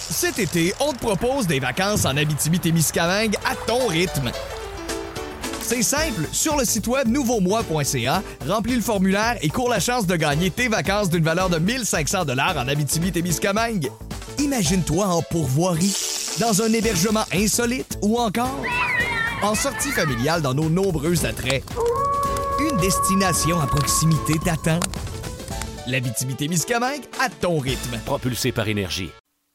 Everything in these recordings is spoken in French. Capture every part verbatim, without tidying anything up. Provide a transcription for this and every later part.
Cet été, on te propose des vacances en Abitibi-Témiscamingue à ton rythme. C'est simple, sur le site web nouveau moi point c a, remplis le formulaire et cours la chance de gagner tes vacances d'une valeur de mille cinq cents dollars en Abitibi-Témiscamingue. Imagine-toi en pourvoirie, dans un hébergement insolite ou encore en sortie familiale dans nos nombreux attraits. Une destination à proximité t'attend. L'Abitibi-Témiscamingue à ton rythme. Propulsé par Énergie.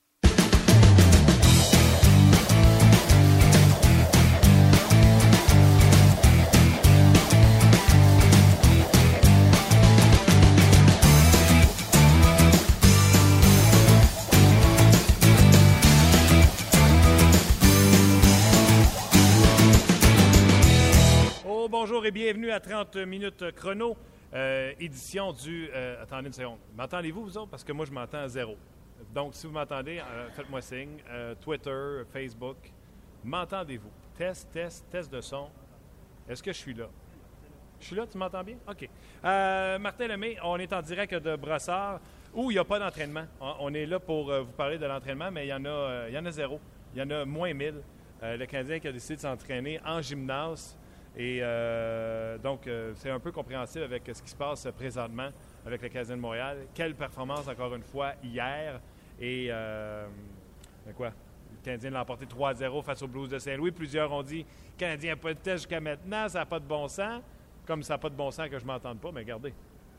Bonjour et bienvenue à trente minutes chrono, euh, édition du... Euh, attendez une seconde. M'entendez-vous, vous autres? Parce que moi, je m'entends à zéro. Donc, si vous m'entendez, euh, faites-moi signe. Euh, Twitter, Facebook, m'entendez-vous? Test, test, test de son. Est-ce que je suis là? Je suis là, tu m'entends bien? OK. Euh, Martin Lemay, on est en direct de Brossard, où il n'y a pas d'entraînement. On, on est là pour euh, vous parler de l'entraînement, mais il y en a, euh, il y en a zéro. Il y en a moins mille. Euh, le Canadien qui a décidé de s'entraîner en gymnase. Et euh, donc, euh, c'est un peu compréhensible avec ce qui se passe présentement avec le Canadien de Montréal. Quelle performance, encore une fois, hier. Et euh, quoi? Le Canadien l'a emporté trois à zéro face aux Blues de Saint-Louis. Plusieurs ont dit « Le Canadien n'a pas de test jusqu'à maintenant, ça n'a pas de bon sens. » Comme ça n'a pas de bon sens que je ne m'entende pas, mais regardez.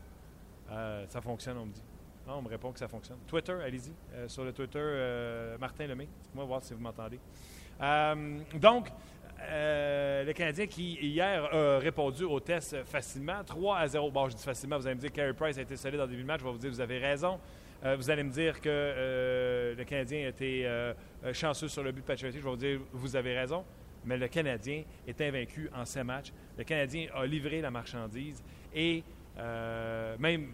Euh, ça fonctionne, on me dit. Non, on me répond que ça fonctionne. Twitter, allez-y. Euh, sur le Twitter, euh, Martin Lemay. Dites-moi voir si vous m'entendez. Euh, donc, Euh, le Canadien qui, hier, a répondu au test facilement. trois à zéro. Bon, je dis facilement, vous allez me dire que Carey Price a été solide dans le début de match. Je vais vous dire, vous avez raison. Euh, vous allez me dire que euh, le Canadien a été euh, chanceux sur le but de Pacioretty. Je vais vous dire, vous avez raison. Mais le Canadien est invaincu en cinq matchs. Le Canadien a livré la marchandise. Et euh, même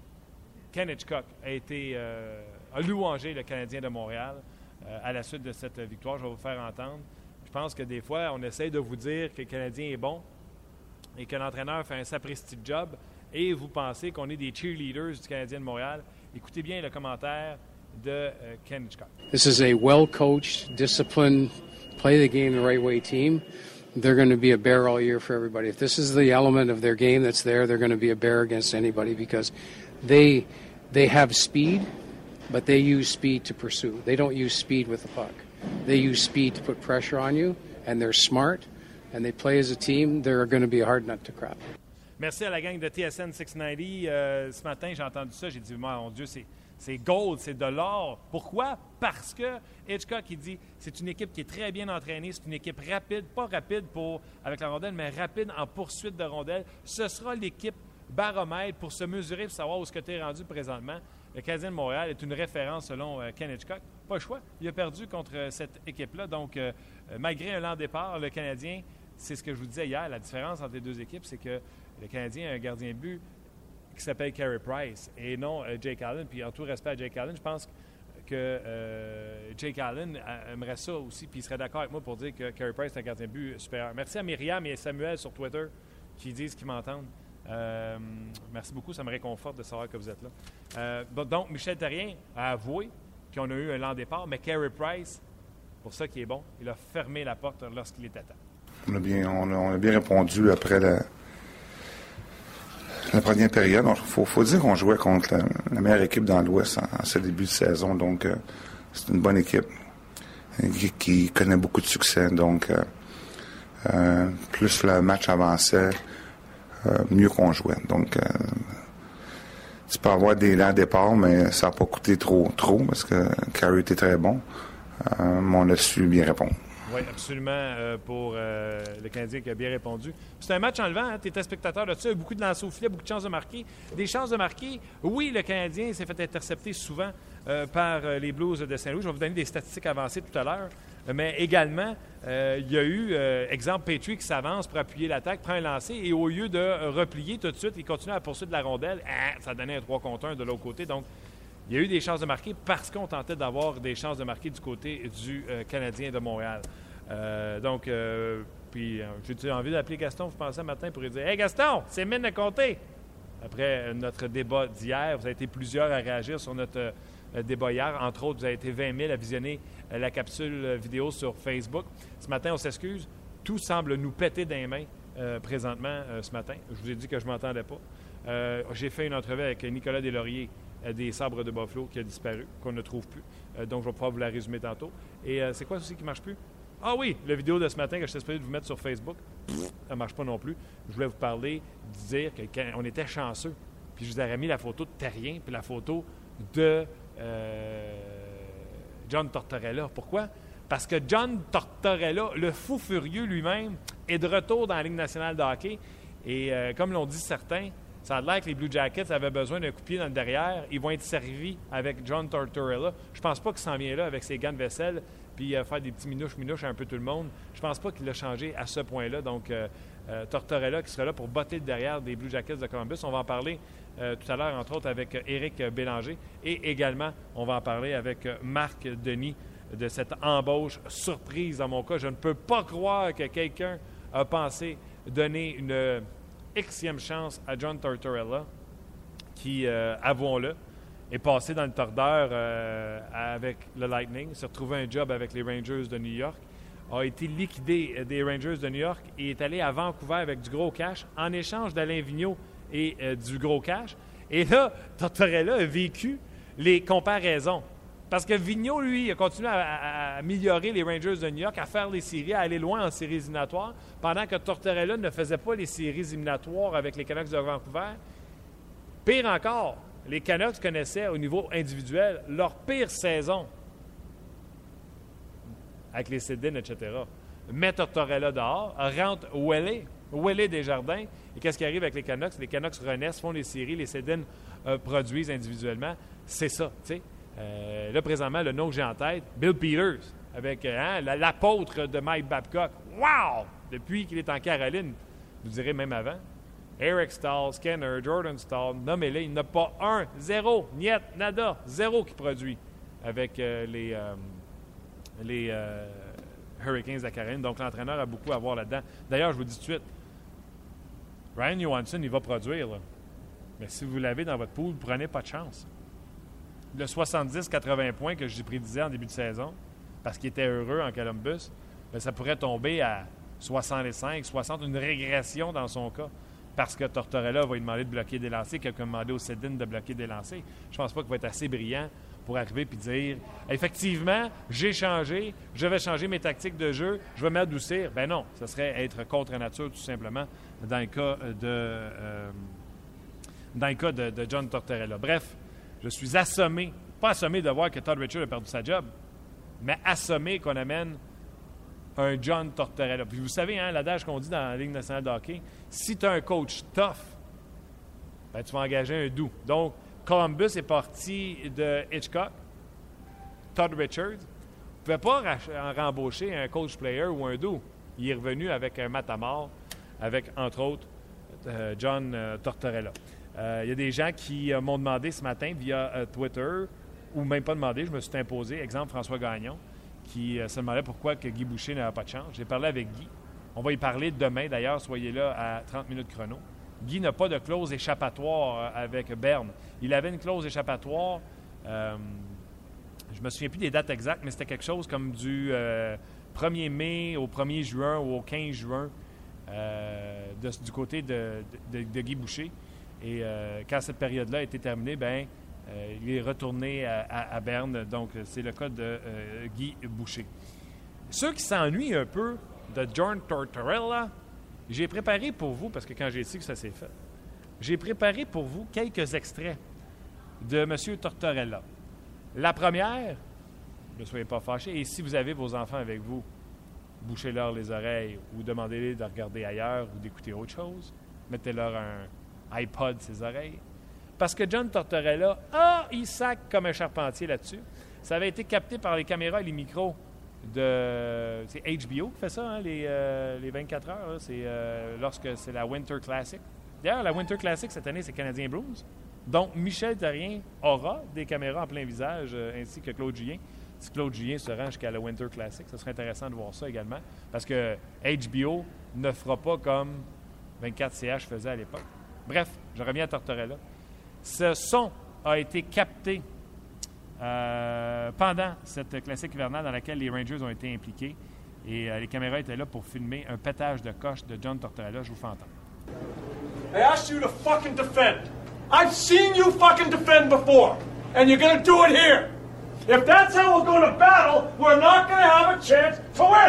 Ken Hitchcock a été euh, a louangé le Canadien de Montréal euh, à la suite de cette victoire. Je vais vous faire entendre. Je pense que des fois, on essaie de vous dire que le Canadien est bon et que l'entraîneur fait un sapristi job et vous pensez qu'on est des cheerleaders du Canadien de Montréal. Écoutez bien le commentaire de euh, Ken Hitchcock. This is a well-coached, disciplined, play the game the right way team. They're going to be a bear all year for everybody. If this is the element of their game that's there, they're going to be a bear against anybody because they they have speed, but they use speed to pursue. They don't use speed with the puck. They use speed to put pressure on you, and they're smart, and they play as a team. They're going to be a hard nut to crack. Merci à la gang de T S N six cent quatre-vingts. Euh, ce matin, j'ai entendu ça. J'ai dit, mon Dieu, c'est, c'est gold, c'est de l'or. Pourquoi? Parce que Hitchcock, il dit, c'est une équipe qui est très bien entraînée. C'est une équipe rapide, pas rapide pour avec la rondelle, mais rapide en poursuite de rondelle. Ce sera l'équipe baromètre pour se mesurer, pour savoir où est-ce que tu es rendu présentement. Le Canadien de Montréal est une référence selon euh, Ken Hitchcock. Pas le choix. Il a perdu contre euh, cette équipe-là. Donc, euh, malgré un lent départ, le Canadien, c'est ce que je vous disais hier, la différence entre les deux équipes, c'est que le Canadien a un gardien de but qui s'appelle Carey Price et non euh, Jake Allen. Puis en tout respect à Jake Allen, je pense que euh, Jake Allen aimerait ça aussi, puis il serait d'accord avec moi pour dire que Carey Price est un gardien de but supérieur. Merci à Myriam et Samuel sur Twitter qui disent qu'ils m'entendent. Euh, merci beaucoup, ça me réconforte de savoir que vous êtes là. Euh, donc, Michel Therrien a avoué qu'on a eu un lent départ, mais Carey Price, pour ça qui est bon, il a fermé la porte lorsqu'il était temps. On a bien, on a, on a bien répondu après la, la première période. Il faut, faut dire qu'on jouait contre la, la meilleure équipe dans l'Ouest en, en ce début de saison, donc euh, c'est une bonne équipe, une équipe qui connaît beaucoup de succès. Donc, euh, euh, plus le match avançait, Euh, mieux qu'on jouait. Donc, euh, tu peux avoir des lents départs, mais ça n'a pas coûté trop, trop parce que Carey était très bon. Euh, mais on a su bien répondre. Oui, absolument, euh, pour euh, le Canadien qui a bien répondu. C'est un match enlevant, hein? Tu étais spectateur de ça, il y a beaucoup de lancers au filet, beaucoup de chances de marquer. Des chances de marquer, oui, le Canadien s'est fait intercepter souvent euh, par euh, les Blues de Saint-Louis. Je vais vous donner des statistiques avancées tout à l'heure. Mais également, euh, il y a eu, euh, exemple, Petrie qui s'avance pour appuyer l'attaque, prend un lancer et au lieu de replier tout de suite, il continue à poursuivre la rondelle. Ah, ça donnait un trois contre un de l'autre côté. Donc, il y a eu des chances de marquer parce qu'on tentait d'avoir des chances de marquer du côté du euh, Canadien de Montréal. Euh, donc, euh, puis, euh, j'ai envie d'appeler Gaston, vous pensez, un matin, pour lui dire « Hey Gaston, c'est mine de compter! » Après notre débat d'hier, vous avez été plusieurs à réagir sur notre euh, des Boyards. Entre autres, vous avez été vingt mille à visionner euh, la capsule euh, vidéo sur Facebook. Ce matin, on s'excuse. Tout semble nous péter dans les mains euh, présentement euh, ce matin. Je vous ai dit que je ne m'entendais pas. Euh, j'ai fait une entrevue avec Nicolas Deslauriers euh, des Sabres de Buffalo qui a disparu, qu'on ne trouve plus. Euh, donc, je vais pouvoir vous la résumer tantôt. Et euh, c'est quoi aussi qui ne marche plus? Ah oui, la vidéo de ce matin que je t'ai de vous mettre sur Facebook, pff, elle ne marche pas non plus. Je voulais vous parler, dire que quand on était chanceux, puis je vous aurais mis la photo de Terrien, puis la photo de euh, John Tortorella. Pourquoi? Parce que John Tortorella, le fou furieux lui-même, est de retour dans la Ligue nationale de hockey. Et euh, comme l'ont dit certains, ça a l'air que les Blue Jackets avaient besoin d'un coup de pied dans le derrière. Ils vont être servis avec John Tortorella. Je pense pas qu'il s'en vient là avec ses gants de vaisselle puis euh, faire des petits minouches-minouches à un peu tout le monde. Je pense pas qu'il l'a changé à ce point-là. Donc, euh, euh, Tortorella qui sera là pour botter le derrière des Blue Jackets de Columbus. On va en parler euh, tout à l'heure, entre autres, avec euh, Éric Bélanger. Et également, on va en parler avec euh, Marc Denis de cette embauche surprise. Dans mon cas, je ne peux pas croire que quelqu'un a pensé donner une Xème chance à John Tortorella, qui, euh, avouons-le, est passé dans le tordeur euh, avec le Lightning, s'est retrouvé un job avec les Rangers de New York, a été liquidé des Rangers de New York et est allé à Vancouver avec du gros cash en échange d'Alain Vigneault et euh, du gros cash. Et là, Tortorella a vécu les comparaisons. Parce que Vigneault, lui, a continué à, à, à améliorer les Rangers de New York, à faire les séries, à aller loin en séries éliminatoires, pendant que Tortorella ne faisait pas les séries éliminatoires avec les Canucks de Vancouver. Pire encore, les Canucks connaissaient au niveau individuel leur pire saison avec les Sedin, et cetera. Met Tortorella dehors, rentre Ouellet, Ouellet Desjardins, et qu'est-ce qui arrive avec les Canucks? Les Canucks renaissent, font les séries, les Sedin euh, produisent individuellement. C'est ça, tu sais. Euh, là, présentement, le nom que j'ai en tête, Bill Peters, avec hein, l'apôtre de Mike Babcock. Wow! Depuis qu'il est en Caroline, vous direz même avant. Eric Stahl, Skinner, Jordan Stahl, nommez-les, il n'y en a pas un, zéro, niet, nada, zéro qui produit avec euh, les, euh, les euh, Hurricanes de la Caroline. Donc, l'entraîneur a beaucoup à voir là-dedans. D'ailleurs, je vous dis tout de suite, Ryan Johansson, il va produire, là. Mais si vous l'avez dans votre pool, prenez pas de chance. Le soixante-dix à quatre-vingts points que je prédisais en début de saison, parce qu'il était heureux en Columbus, bien, ça pourrait tomber à soixante-cinq, soixante, une régression dans son cas, parce que Tortorella va lui demander de bloquer des lancers, quelqu'un a demandé au Sedin de bloquer des lancers. Je pense pas qu'il va être assez brillant pour arriver et dire « Effectivement, j'ai changé, je vais changer mes tactiques de jeu, je vais m'adoucir. » Ben non, ce serait être contre nature tout simplement dans le cas de, euh, dans le cas de, de John Tortorella. Bref, je suis assommé, pas assommé de voir que Todd Richard a perdu sa job, mais assommé qu'on amène un John Tortorella. Puis vous savez, hein, l'adage qu'on dit dans la Ligue nationale de hockey, si tu as un coach tough, ben, tu vas engager un doux. Donc, Columbus est parti de Hitchcock, Todd Richards. Il ne pouvait pas en rembaucher un coach player ou un doux. Il est revenu avec un matamor, avec, entre autres, euh, John euh, Tortorella. Il euh, y a des gens qui euh, m'ont demandé ce matin via euh, Twitter, ou même pas demandé, je me suis imposé, exemple François Gagnon, qui euh, se demandait pourquoi que Guy Boucher n'avait pas de chance. J'ai parlé avec Guy. On va y parler demain, d'ailleurs, soyez là à trente minutes chrono. Guy n'a pas de clause échappatoire euh, avec Berne. Il avait une clause échappatoire, euh, je me souviens plus des dates exactes, mais c'était quelque chose comme du euh, premier mai au premier juin ou au quinze juin euh, de, du côté de, de, de Guy Boucher. Et euh, quand cette période-là a été terminée, bien, euh, il est retourné à, à, à Berne. Donc, c'est le cas de euh, Guy Boucher. Ceux qui s'ennuient un peu de John Tortorella, j'ai préparé pour vous, parce que quand j'ai dit que ça s'est fait, j'ai préparé pour vous quelques extraits de M. Tortorella. La première, ne soyez pas fâchés, et si vous avez vos enfants avec vous, bouchez-leur les oreilles ou demandez-les de regarder ailleurs ou d'écouter autre chose. Mettez-leur un iPod ses oreilles. Parce que John Tortorella, ah, il sac comme un charpentier là-dessus. Ça avait été capté par les caméras et les micros de... C'est H B O qui fait ça, hein, les, euh, les vingt-quatre heures. Là. C'est euh, lorsque c'est la Winter Classic. D'ailleurs, la Winter Classic, cette année, c'est Canadien Blues. Donc, Michel Therrien aura des caméras en plein visage, euh, ainsi que Claude Julien. Si Claude Julien se rend jusqu'à la Winter Classic, ce serait intéressant de voir ça également. Parce que H B O ne fera pas comme vingt-quatre C H faisait à l'époque. Bref, je reviens à Tortorella. Ce son a été capté euh, pendant cette classique hivernale dans laquelle les Rangers ont été impliqués. Et euh, les caméras étaient là pour filmer un pétage de coche de John Tortorella. Je vous fais entendre. I asked you to fucking defend. I've seen you fucking defend before. And you're gonna do it here. If that's how we're gonna battle, we're not gonna have a chance to win.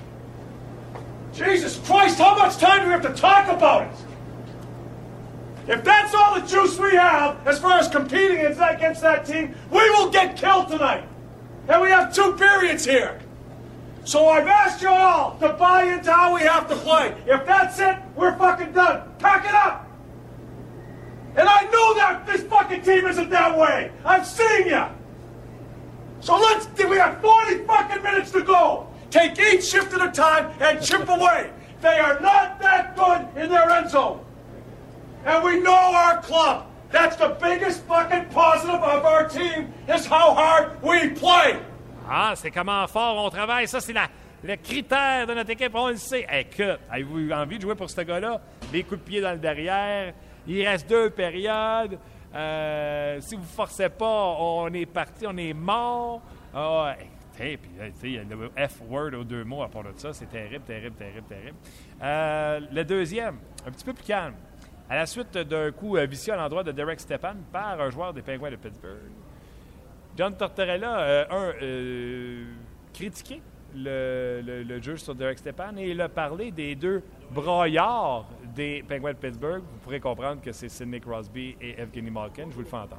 Jesus Christ, how much time do we have to talk about it? If that's all the juice we have as far as competing against that team, we will get killed tonight. And we have two periods here. So I've asked you all to buy into how we have to play. If that's it, we're fucking done. Pack it up. And I know that this fucking team isn't that way. I've seen you. So let's, we have forty fucking minutes to go. Take each shift at a time and chip away. They are not that good in their end zone. And we know our club. That's the biggest fucking positive of our team is how hard we play. Ah, c'est comment fort on travaille. Ça, c'est la, le critère de notre équipe. On le sait. Écoute, avez-vous envie de jouer pour ce gars-là? Les coups de pied dans le derrière. Il reste deux périodes. Euh, si vous ne forcez pas, on est parti, on est mort. Ah, hey, puis, il y a le F-word aux deux mots à part de ça. C'est terrible, terrible, terrible, terrible. Euh, le deuxième, un petit peu plus calme. À la suite d'un coup vicieux à l'endroit de Derek Stepan par un joueur des Penguins de Pittsburgh, John Tortorella, euh, un, euh, critiqué le, le, le jeu sur Derek Stepan et il a parlé des deux broyards des Penguins de Pittsburgh. Vous pourrez comprendre que c'est Sidney Crosby et Evgeny Malkin. Je vous le fais entendre.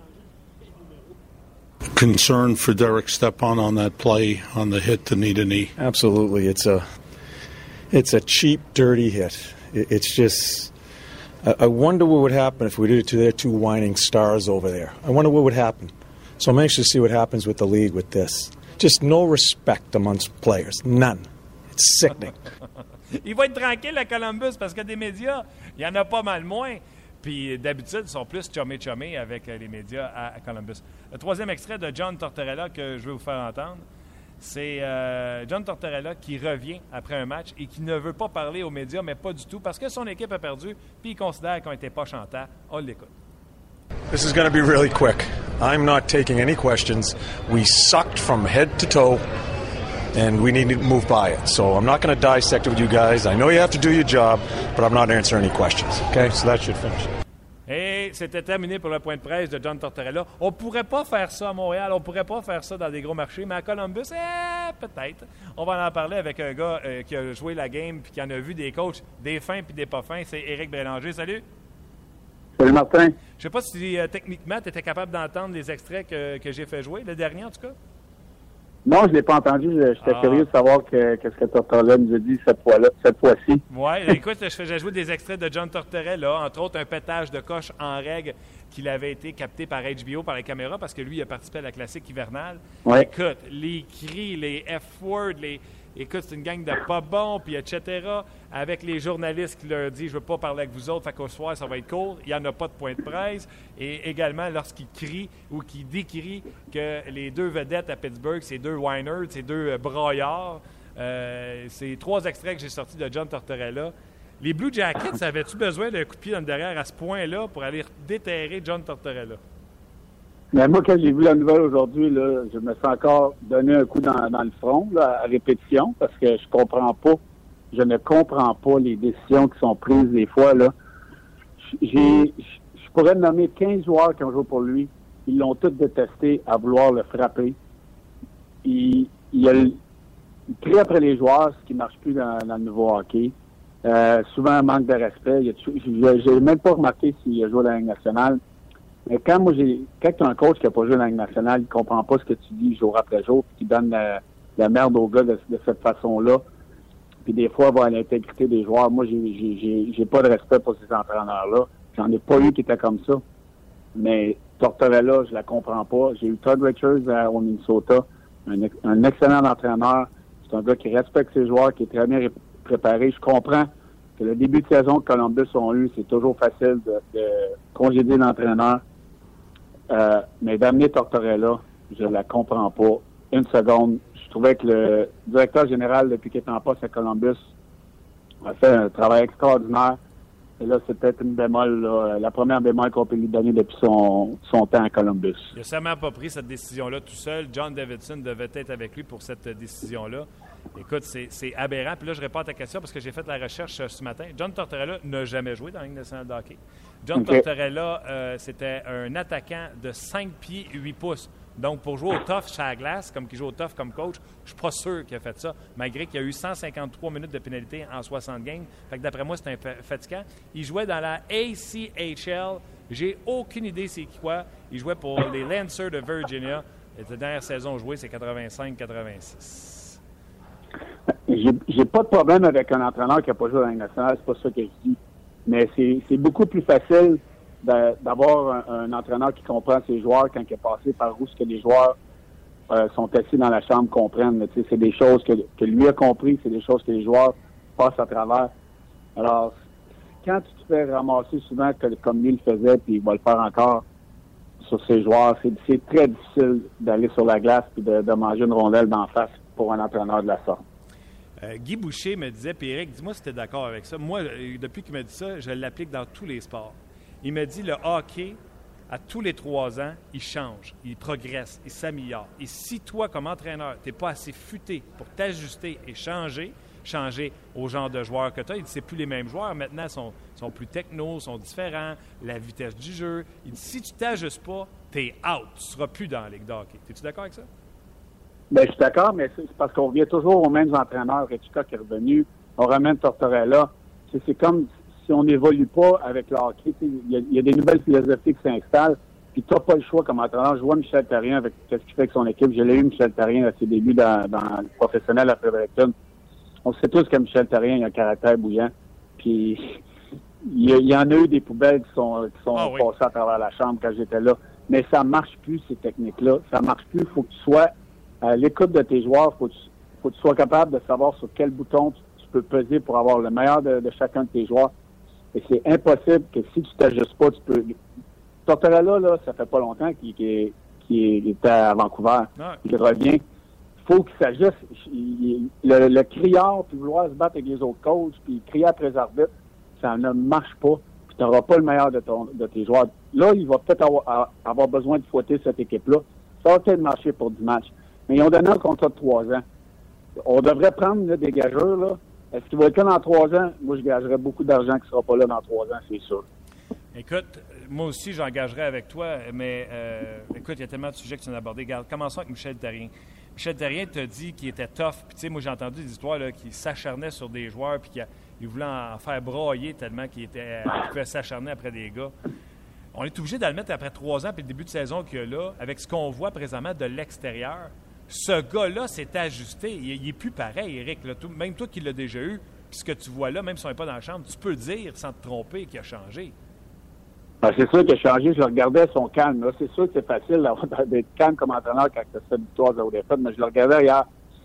Concern for Derek Stepan on that play, on the hit to knee to knee. Absolutely. It's a, it's a cheap, dirty hit. It, it's just... I wonder what would happen if we did it to their two whining stars over there. I wonder what would happen. So I'm anxious to see what happens with the league with this. Just no respect amongst players. None. It's sickening. Il va être tranquille à Columbus parce que des médias, il y en a pas mal moins. Puis d'habitude, ils sont plus chumé-chumé avec les médias à, à Columbus. Le troisième extrait de John Tortorella que je vais vous faire entendre, c'est euh, John Tortorella qui revient après un match et qui ne veut pas parler aux médias, mais pas du tout, parce que son équipe a perdu, puis il considère qu'on n'était pas chantant. On l'écoute. This is going to be really quick. I'm not taking any questions. We sucked from head to toe, and we need to move by it. So I'm not going to dissect it with you guys. I know you have to do your job, but I'm not answering any questions. Okay? So that should finish. Et c'était terminé pour le point de presse de John Tortorella. On ne pourrait pas faire ça à Montréal, on ne pourrait pas faire ça dans des gros marchés, mais à Columbus, eh, peut-être. On va en parler avec un gars euh, qui a joué la game puis qui en a vu des coachs, des fins puis des pas fins. C'est Éric Bélanger. Salut! Salut Martin. Je sais pas si euh, techniquement tu étais capable d'entendre les extraits que, que j'ai fait jouer, le dernier en tout cas. Non, je ne l'ai pas entendu. J'étais ah. curieux de savoir que, qu'est-ce que Tortorella nous a dit cette fois-là, cette fois-ci. Oui, écoute, je faisais jouer des extraits de John Tortorella, entre autres un pétage de coche en règle qu'il avait été capté par H B O, par les caméras, parce que lui, il a participé à la classique hivernale. Ouais. Écoute, les cris, les F-words, les... Écoute, c'est une gang de pas bons, puis et cetera. Avec les journalistes qui leur disent « Je veux pas parler avec vous autres, fait qu'au soir, ça va être court. » Il n'y en a pas de point de presse. Et également, lorsqu'ils crient ou qu'ils décrient que les deux vedettes à Pittsburgh, ces deux whiners, ces deux braillards, euh, c'est trois extraits que j'ai sortis de John Tortorella. Les Blue Jackets, avaient-tu besoin d'un coup de pied dans le derrière à ce point-là pour aller déterrer John Tortorella? Mais moi, quand j'ai vu la nouvelle aujourd'hui, là, je me suis encore donné un coup dans, dans le front, là, à répétition, parce que je comprends pas, je ne comprends pas les décisions qui sont prises des fois, là. J'ai, je pourrais nommer quinze joueurs qui ont joué pour lui. Ils l'ont tous détesté à vouloir le frapper. Il, il, a, il crie après les joueurs, ce qui marche plus dans, dans le nouveau hockey. Euh, souvent, un manque de respect. Il a, j'ai même pas remarqué s'il a joué à la Ligue nationale. Mais quand moi j'ai quand tu as un coach qui n'a pas joué dans la Ligue nationale, il comprend pas ce que tu dis jour après jour, puis qui donne la, la merde aux gars de, de cette façon-là. Puis des fois, va à l'intégrité des joueurs. Moi, j'ai, j'ai, j'ai, j'ai pas de respect pour ces entraîneurs-là. J'en ai pas eu qui étaient comme ça. Mais Tortorella, je la comprends pas. J'ai eu Todd Richards à, au Minnesota, un, un excellent entraîneur. C'est un gars qui respecte ses joueurs, qui est très bien ré- préparé. Je comprends que le début de saison que Columbus ont eu, c'est toujours facile de, de congédier l'entraîneur. Euh, mais d'amener Tortorella, je la comprends pas. Une seconde. Je trouvais que le directeur général, depuis qu'il est en poste à Columbus, a fait un travail extraordinaire. Et là, c'est peut-être une bémol, là, la première bémol qu'on peut lui donner depuis son, son temps à Columbus. Il n'a sûrement pas pris cette décision-là tout seul. John Davidson devait être avec lui pour cette décision-là. Écoute, c'est, c'est aberrant. Puis là, je réponds à ta question parce que j'ai fait la recherche euh, ce matin. John Tortorella n'a jamais joué dans la Ligue nationale de hockey. John okay. Tortorella, euh, c'était un attaquant de cinq pieds huit pouces. Donc, pour jouer au tough sur la glace, comme qu'il joue au tough comme coach, je ne suis pas sûr qu'il a fait ça, malgré qu'il y a eu cent cinquante-trois minutes de pénalité en soixante games. Fait que d'après moi, c'est un fatigant. Il jouait dans la A C H L. J'ai aucune idée c'est quoi. Il jouait pour les Lancers de Virginia. Et la dernière saison jouée, c'est quatre-vingt-cinq quatre-vingt-six. J'ai, j'ai pas de problème avec un entraîneur qui n'a pas joué dans la Ligue nationale, c'est pas ça que je dis. Mais c'est, c'est beaucoup plus facile de, d'avoir un, un entraîneur qui comprend ses joueurs quand il est passé par où ce que les joueurs euh, sont assis dans la chambre comprennent. Tu sais, c'est des choses que, que lui a compris, c'est des choses que les joueurs passent à travers. Alors, quand tu te fais ramasser souvent que, comme lui le faisait, puis il va le faire encore sur ses joueurs, c'est, c'est très difficile d'aller sur la glace et de, de manger une rondelle d'en face pour un entraîneur de la sorte. Euh, Guy Boucher me disait, puis Éric, dis-moi si tu es d'accord avec ça. Moi, depuis qu'il m'a dit ça, je l'applique dans tous les sports. Il me dit, le hockey, à tous les trois ans, il change, il progresse, il s'améliore. Et si toi, comme entraîneur, tu n'es pas assez futé pour t'ajuster et changer, changer au genre de joueurs que tu as, il dit, c'est plus les mêmes joueurs. Maintenant, ils sont, sont plus techno, sont différents, la vitesse du jeu. Il dit, si tu ne t'ajustes pas, tu es out. Tu ne seras plus dans la Ligue de hockey. Es-tu d'accord avec ça? Bien, je suis d'accord, mais c'est parce qu'on revient toujours aux mêmes entraîneurs. Hitchcock est revenu, on ramène Tortorella. C'est, c'est comme si on n'évolue pas avec le hockey. Il y, y a des nouvelles philosophies qui s'installent, puis tu n'as pas le choix comme entraîneur. Je vois Michel Therrien avec ce qu'il fait avec son équipe. Je l'ai eu, Michel Therrien, à ses débuts dans, dans le professionnel à Fredericton. On sait tous que Michel Therrien il a un caractère bouillant. Puis il y, y en a eu des poubelles qui sont, qui sont oh, oui. passées à travers la chambre quand j'étais là. Mais ça marche plus, ces techniques-là. Ça marche plus. Il faut que tu sois à l'écoute de tes joueurs. Il faut, faut que tu sois capable de savoir sur quel bouton tu, tu peux peser pour avoir le meilleur de, de chacun de tes joueurs. Et c'est impossible que si tu t'ajustes pas, tu peux... Tortorella, là, ça fait pas longtemps qu'il, qu'il, qu'il était à Vancouver. Ouais. Il revient. Il faut qu'il s'ajuste. Il, le, le criard, puis vouloir se battre avec les autres coachs, puis crier après les arbitres, ça ne marche pas. Puis tu n'auras pas le meilleur de, ton, de tes joueurs. Là, il va peut-être avoir, avoir besoin de fouetter cette équipe-là. Ça va peut-être marcher pour dix matchs. Mais ils ont donné un contrat de trois ans. On devrait prendre là, des gageurs, là. Est-ce qu'il va être là dans trois ans? Moi, je gagerais beaucoup d'argent qui ne sera pas là dans trois ans, c'est sûr. Écoute, moi aussi, j'engagerais avec toi, mais euh, écoute, il y a tellement de sujets que tu as abordés. Regarde, commençons avec Michel Therrien. Michel Therrien t'a dit qu'il était tough. Puis, tu sais, moi, j'ai entendu des histoires là, qu'il s'acharnait sur des joueurs puis qu'il voulait en faire brailler tellement qu'il, était, qu'il pouvait s'acharner après des gars. On est obligé de le mettre après trois ans puis le début de saison qu'il y a là, avec ce qu'on voit présentement de l'extérieur. Ce gars-là s'est ajusté. Il n'est plus pareil, Éric. Là. Même toi qui l'as déjà eu, puis ce que tu vois là, même si on n'est pas dans la chambre, tu peux dire sans te tromper qu'il a changé. Ben, c'est sûr qu'il a changé. Je le regardais son calme. Là. C'est sûr que c'est facile d'avoir, d'être calme comme entraîneur quand tu as cette victoire zéro défaite, mais je le regardais hier.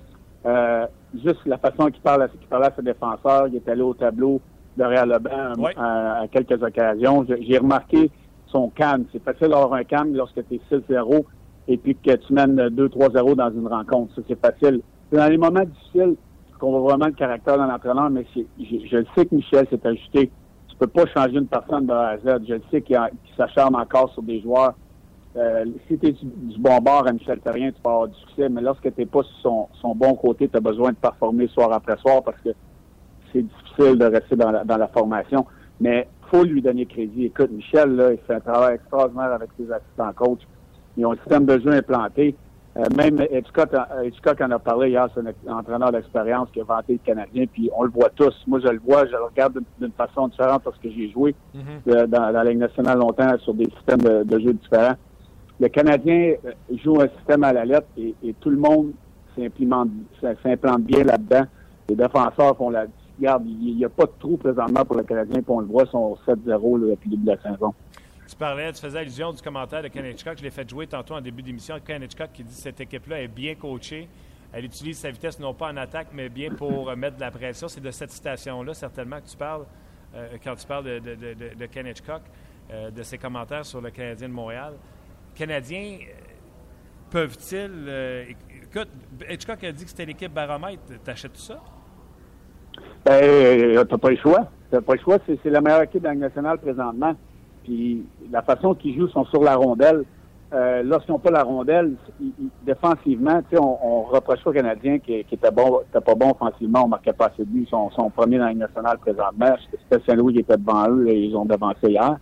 Euh, juste la façon qu'il parle, qu'il parlait à ses défenseurs. Il est allé au tableau derrière le banc oui. à, à quelques occasions. J'ai, j'ai remarqué son calme. C'est facile d'avoir un calme lorsque tu es six zéro et puis que tu mènes deux trois zéro dans une rencontre. Ça, c'est facile. C'est dans les moments difficiles qu'on voit vraiment le caractère de l'entraîneur, mais c'est, je, je le sais que Michel s'est ajusté. Tu peux pas changer une personne de A à Z. Je le sais qu'il, qu'il s'acharne encore sur des joueurs. Euh, si tu es du, du bon bord à Michel Therrien, tu peux avoir du succès, mais lorsque tu n'es pas sur son, son bon côté, tu as besoin de performer soir après soir parce que c'est difficile de rester dans la, dans la formation. Mais il faut lui donner crédit. Écoute, Michel, là, il fait un travail extraordinaire avec ses assistants coachs. Ils ont un système de jeu implanté. Euh, même Hitchcock, Hitchcock en a parlé hier, c'est un entraîneur d'expérience qui a vanté le Canadien, puis on le voit tous. Moi, je le vois, je le regarde d'une, d'une façon différente parce que j'ai joué mm-hmm. euh, dans, dans la Ligue nationale longtemps sur des systèmes de, de jeu différents. Le Canadien joue un système à la lettre et, et tout le monde s'implante, s'implante bien là-dedans. Les défenseurs font la... Regarde, il n'y a pas de trou présentement pour le Canadien, puis on le voit, ils sont sept zéro là, depuis le début de la saison. Tu parlais, tu faisais allusion du commentaire de Ken Hitchcock. Je l'ai fait jouer tantôt en début d'émission. Ken Hitchcock qui dit que cette équipe-là est bien coachée. Elle utilise sa vitesse non pas en attaque, mais bien pour euh, mettre de la pression. C'est de cette citation-là, certainement, que tu parles euh, quand tu parles de, de, de, de Ken Hitchcock, euh, de ses commentaires sur le Canadien de Montréal. Canadiens, euh, peuvent-ils... Euh, écoute, Hitchcock a dit que c'était l'équipe baromètre. T'achètes ça? Ben, t'as pas le choix. T'as pas le choix. C'est, c'est la meilleure équipe de la Ligue nationale présentement. Puis la façon qu'ils jouent sont sur la rondelle. Euh, lorsqu'ils n'ont pas la rondelle, ils, ils, défensivement, tu sais, on, on reproche aux Canadiens qui, qui étaient bon, étaient pas bons offensivement, on marquait pas assez de buts, ils sont, sont premiers dans la Ligue nationale présentement. C'était Saint-Louis qui était devant eux et ils ont devancé hier.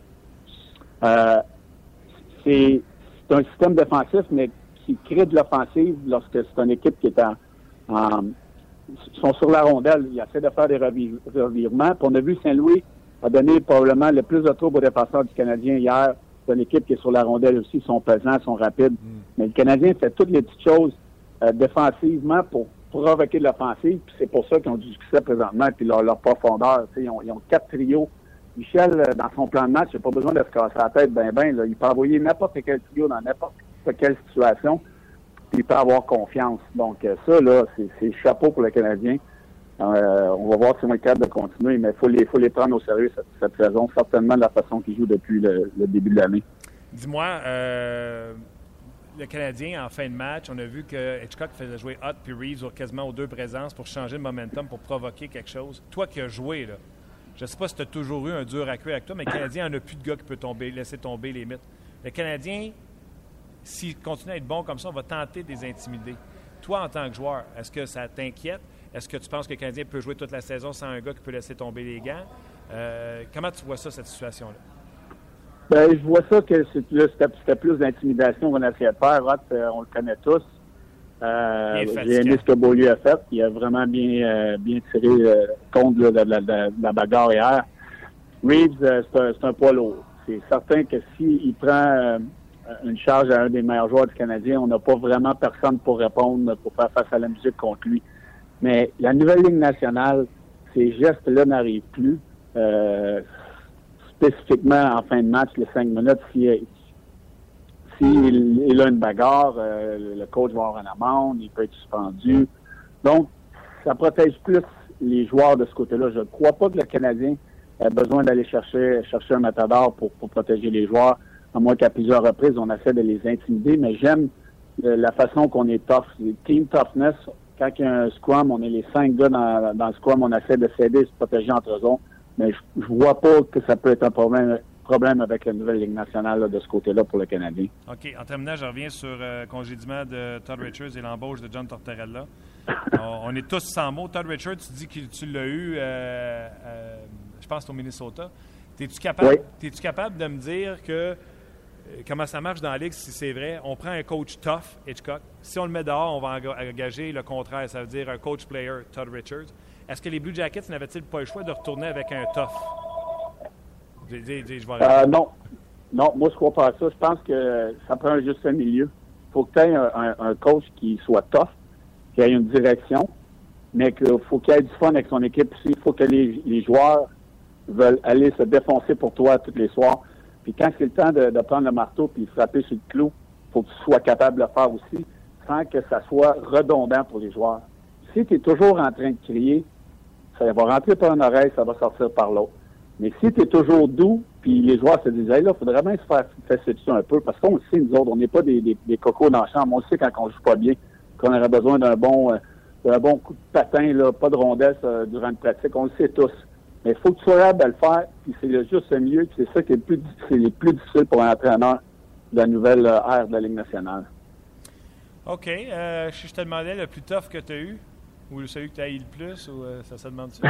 Euh, c'est, c'est un système défensif, mais qui crée de l'offensive lorsque c'est une équipe qui est en, en sont sur la rondelle. Ils essaient de faire des revir- revirements. Puis on a vu Saint-Louis a donné probablement le plus de troubles aux défenseurs du Canadien hier. C'est une équipe qui est sur la rondelle aussi, ils sont pesants, ils sont rapides. Mm. Mais le Canadien fait toutes les petites choses euh, défensivement pour provoquer de l'offensive, puis c'est pour ça qu'ils ont du succès présentement, puis leur, leur profondeur. Ils ont, ils ont quatre trios. Michel, dans son plan de match, il n'a pas besoin de se casser la tête ben ben. Là. Il peut envoyer n'importe quel trio dans n'importe quelle situation, puis il peut avoir confiance. Donc ça, là, c'est, c'est chapeau pour le Canadien. Euh, on va voir si on est capable de continuer, mais il faut les, faut les prendre au sérieux cette, cette saison, certainement de la façon qu'ils jouent depuis le, le début de l'année. Dis-moi, euh, le Canadien, en fin de match, on a vu que Hitchcock faisait jouer Hutt puis Reeves quasiment aux deux présences pour changer le momentum, pour provoquer quelque chose. Toi qui as joué, là, je ne sais pas si tu as toujours eu un dur à cuire avec toi, mais le Canadien, il n'y en a plus de gars qui peut tomber, laisser tomber les mythes. Le Canadien, s'il continue à être bon comme ça, on va tenter de les intimider. Toi, en tant que joueur, est-ce que ça t'inquiète? Est-ce que tu penses que le Canadien peut jouer toute la saison sans un gars qui peut laisser tomber les gants? Euh, comment tu vois ça, cette situation-là? Ben, je vois ça que c'est plus, c'était, c'était plus d'intimidation qu'on a essayé de faire. Roth, euh, on le connaît tous. Euh, j'ai aimé ce que Beaulieu a fait. Il a vraiment bien, euh, bien tiré euh, compte là, de, de, de, de la bagarre hier. Reeves, euh, c'est, un, c'est un poids lourd. C'est certain que s'il prend euh, une charge à un des meilleurs joueurs du Canadien, on n'a pas vraiment personne pour répondre, pour faire face à la musique contre lui. Mais la nouvelle Ligue nationale, ces gestes-là n'arrivent plus. Euh, spécifiquement en fin de match, les cinq minutes, s'il si, si il a une bagarre, euh, le coach va avoir une amende, il peut être suspendu. Donc, ça protège plus les joueurs de ce côté-là. Je ne crois pas que le Canadien a besoin d'aller chercher, chercher un matador pour, pour protéger les joueurs, à moins qu'à plusieurs reprises, on essaie de les intimider. Mais j'aime euh, la façon qu'on est tough. Team toughness, quand il y a un scrum, on est les cinq gars dans, dans le scrum, on essaie de s'aider et se protéger entre eux. Mais je, je vois pas que ça peut être un problème, problème avec la nouvelle Ligue nationale là, de ce côté-là pour le Canadien. OK. En terminant, je reviens sur le euh, congédiement de Todd Richards et l'embauche de John Tortorella. on, on est tous sans mots. Todd Richards, tu dis que tu l'as eu, euh, euh, je pense, au Minnesota. T'es-tu capable, oui. t'es-tu capable de me dire que euh, comment ça marche dans la Ligue, si c'est vrai? On prend un coach tough, Hitchcock. Si on le met dehors, on va engager le contraire. Ça veut dire un coach-player, Todd Richards. Est-ce que les Blue Jackets n'avaient-ils pas le choix de retourner avec un tough? Je, je, je, je vais euh, non. Non, moi, je crois pas à ça. Je pense que ça prend juste un milieu. Il faut que tu aies un, un, un coach qui soit tough, qui ait une direction, mais qu'il faut qu'il ait du fun avec son équipe aussi. Il faut que les, les joueurs veulent aller se défoncer pour toi tous les soirs. Puis quand c'est le temps de, de prendre le marteau puis de frapper sur le clou, il faut que tu sois capable de le faire aussi, sans que ça soit redondant pour les joueurs. Si tu es toujours en train de crier, ça va rentrer par une oreille, ça va sortir par l'autre. Mais si tu es toujours doux, puis les joueurs se disent, hey, là, il faudrait bien se faire fesser dessus un peu, parce qu'on le sait, nous autres, on n'est pas des, des, des cocos dans la chambre. On le sait quand on joue pas bien, qu'on aurait besoin d'un bon, euh, d'un bon coup de patin, là, pas de rondesse euh, durant une pratique. On le sait tous. Mais il faut que tu sois capable de le faire, puis c'est le juste mieux, puis c'est ça qui est le plus, c'est le plus difficile pour un entraîneur de la nouvelle euh, ère de la Ligue nationale. OK. Euh, je te demandais le plus tough que tu as eu, ou celui que tu as eu le plus, ou euh, ça se demande ça?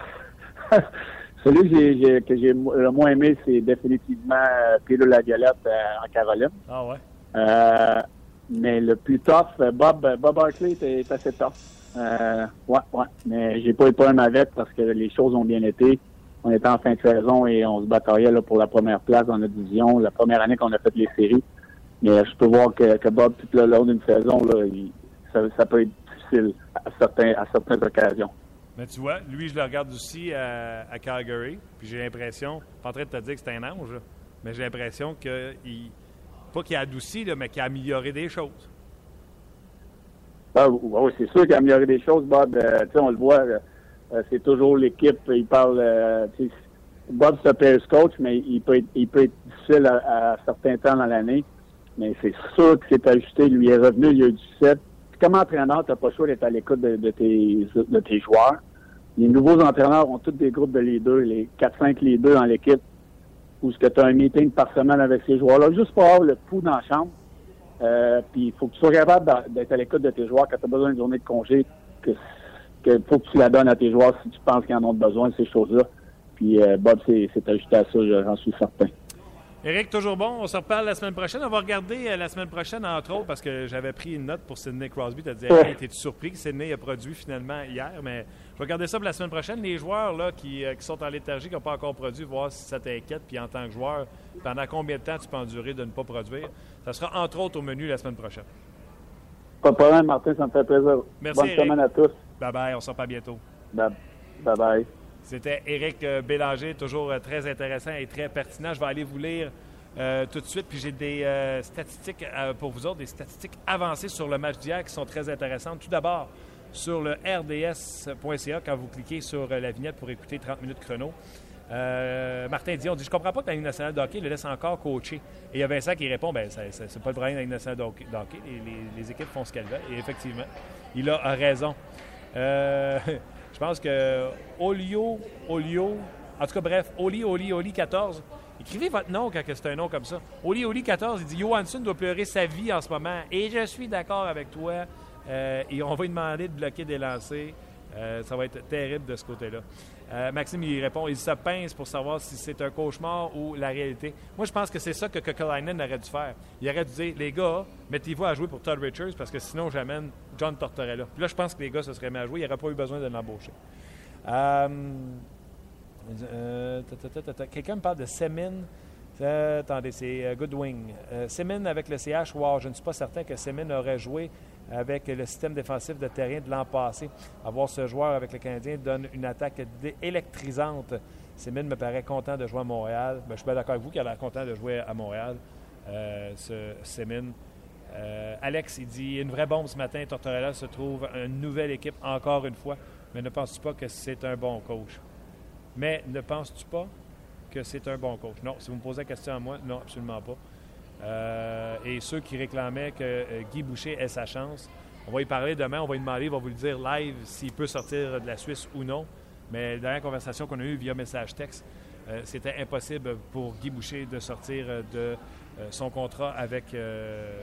Celui que j'ai, j'ai, que j'ai le moins aimé, c'est définitivement euh, Peter Laviolette euh, en Caroline. Ah ouais? Euh, mais le plus tough, Bob, Bob Hartley est, est assez tough. Euh, ouais, ouais. Mais j'ai pas eu problème avec parce que les choses ont bien été. On était en fin de saison et on se bataillait là, pour la première place dans notre division. La première année qu'on a fait les séries. Mais je peux voir que, que Bob, tout le long d'une saison, là, il, ça, ça peut être difficile à, certains, à certaines occasions. Mais tu vois, lui, je le regarde aussi à, à Calgary, puis j'ai l'impression, pas en train de te dire que c'est un ange, là, mais j'ai l'impression qu'il, pas qu'il a adouci, là, mais qu'il a amélioré des choses. Ah, oui, c'est sûr qu'il a amélioré des choses, Bob. Euh, tu sais, on le voit, euh, c'est toujours l'équipe, il parle, euh, tu sais, Bob, c'est un player's coach, mais il peut être, il peut être difficile à, à certains temps dans l'année, mais c'est sûr que c'est ajusté, lui est revenu, il a eu du succès. Comme entraîneur, tu n'as pas le choix d'être à l'écoute de, de, tes, de tes joueurs. les nouveaux entraîneurs ont tous des groupes de leaders, les quatre cinq leaders dans l'équipe, où tu as un meeting par semaine avec ces joueurs-là, juste pour avoir le pouls dans la chambre. Euh, puis il faut que tu sois capable d'être à l'écoute de tes joueurs quand tu as besoin d'une journée de congé, que que faut que tu la donnes à tes joueurs si tu penses qu'ils en ont besoin de ces choses-là. Puis euh, Bob s'est ajouté à ça, j'en suis certain. Éric, toujours bon. On se reparle la semaine prochaine. On va regarder euh, la semaine prochaine, entre autres, parce que j'avais pris une note pour Sidney Crosby. Tu as dit, hey, t'es-tu surpris que Sidney a produit finalement hier? Mais je vais regarder ça pour la semaine prochaine. Les joueurs là, qui, euh, qui sont en léthargie, qui n'ont pas encore produit, voir si ça t'inquiète. Puis en tant que joueur, pendant combien de temps tu peux endurer de ne pas produire? Ça sera entre autres au menu la semaine prochaine. Pas de problème, Martin, ça me fait plaisir. Merci, Bonne Éric. semaine à tous. Bye-bye, on se reparle bientôt. Bye bye. C'était Éric Bélanger, toujours euh, très intéressant et très pertinent. Je vais aller vous lire euh, tout de suite. Puis j'ai des euh, statistiques euh, pour vous autres, des statistiques avancées sur le match d'hier qui sont très intéressantes. Tout d'abord, sur le R D S point C A, quand vous cliquez sur euh, la vignette pour écouter trente minutes chrono, euh, Martin Dion dit « Je comprends pas que la Ligue nationale de hockey le laisse encore coacher. » Et il y a Vincent qui répond « Bien, c'est pas le problème de la Ligue nationale de hockey. De hockey. Les, les, les équipes font ce qu'elles veulent. » Et effectivement, il a raison. Euh, je pense que Olio, Olio, en tout cas, bref, Oli, Oli, Oli quatorze. Écrivez votre nom quand c'est un nom comme ça. Oli, Oli quatorze, il dit Johansson doit pleurer sa vie en ce moment. Et je suis d'accord avec toi. Euh, et on va lui demander de bloquer des lancers. Euh, ça va être terrible de ce côté-là. Euh, Maxime, il répond, il se pince pour savoir si c'est un cauchemar ou la réalité. Moi, je pense que c'est ça que Kekalainen aurait dû faire. Il aurait dû dire, les gars, mettez-vous à jouer pour Todd Richards parce que sinon, j'amène John Tortorella. Puis là, je pense que les gars se seraient mis à jouer. Il n'aurait pas eu besoin de l'embaucher. Euh, euh, Quelqu'un me parle de Semin. Euh, attendez, c'est euh, Goodwing. Euh, Semin avec le C H, wow, je ne suis pas certain que Semin aurait joué avec le système défensif de terrain de l'an passé. Avoir ce joueur avec le Canadien donne une attaque électrisante. Semin me paraît content de jouer à Montréal. Ben, je suis bien d'accord avec vous qu'il a l'air content de jouer à Montréal, euh, ce Semin. Euh, Alex, il dit une vraie bombe ce matin. Tortorella se trouve une nouvelle équipe encore une fois. Mais ne penses-tu pas que c'est un bon coach? Mais ne penses-tu pas que c'est un bon coach? Non, si vous me posez la question à moi, non, absolument pas. Euh, et ceux qui réclamaient que euh, Guy Boucher ait sa chance, on va y parler demain, on va lui demander, il va vous le dire live s'il peut sortir de la Suisse ou non. Mais la dernière conversation qu'on a eue via message texte, euh, c'était impossible pour Guy Boucher de sortir de euh, son contrat avec, euh,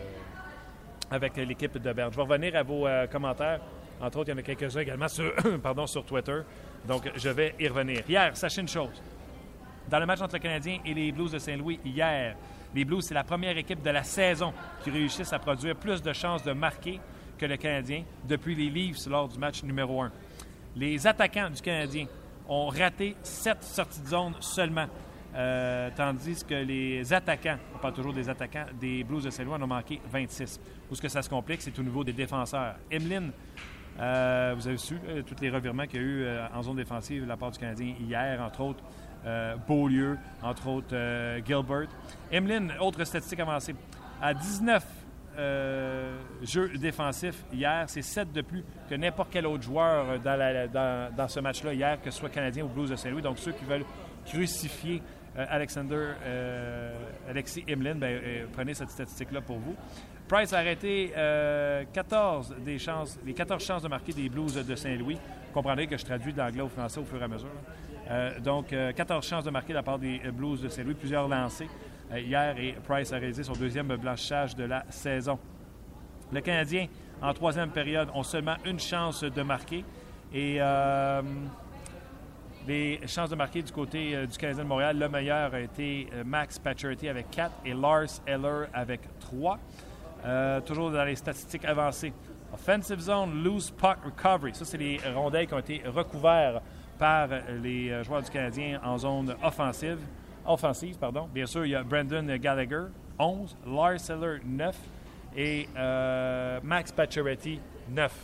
avec l'équipe de Berne. Je vais revenir à vos euh, commentaires. Entre autres, il y en a quelques-uns également sur, pardon, sur Twitter. Donc, je vais y revenir. Hier, sachez une chose. Dans le match entre le Canadien et les Blues de Saint-Louis, hier, les Blues, c'est la première équipe de la saison qui réussissent à produire plus de chances de marquer que le Canadien depuis les Leafs lors du match numéro un. Les attaquants du Canadien ont raté sept sorties de zone seulement, euh, tandis que les attaquants, on parle toujours des attaquants, des Blues de Saint-Louis en ont manqué vingt-six. Où ce que ça se complique, c'est au niveau des défenseurs. Emeline, euh, vous avez su euh, tous les revirements qu'il y a eu euh, en zone défensive de la part du Canadien hier, entre autres. Euh, Beaulieu, entre autres euh, Gilbert. Emeline, autre statistique avancée. À dix-neuf euh, jeux défensifs hier, c'est sept de plus que n'importe quel autre joueur dans, la, dans, dans ce match-là hier, que ce soit Canadien ou Blues de Saint-Louis. Donc, ceux qui veulent crucifier euh, Alexander, euh, Alexis Emeline, ben, euh, prenez cette statistique-là pour vous. Price a arrêté euh, quatorze des chances, les quatorze chances de marquer des Blues de Saint-Louis. Vous comprendrez que je traduis de l'anglais au français au fur et à mesure. Euh, donc, euh, quatorze chances de marquer de la part des Blues de Saint-Louis, plusieurs lancés euh, hier, et Price a réalisé son deuxième blanchissage de la saison. Le Canadien, en troisième période, ont seulement une chance de marquer. Et euh, les chances de marquer du côté euh, du Canadien de Montréal, le meilleur a été euh, Max Pacioretty avec quatre et Lars Eller avec trois. Euh, toujours dans les statistiques avancées. Offensive zone, loose puck recovery. Ça, c'est les rondelles qui ont été recouvertes par les joueurs du Canadien en zone offensive. Offensive, pardon. Bien sûr, il y a Brendan Gallagher, onze, Lars Eller, neuf et euh, Max Pacioretty, neuf.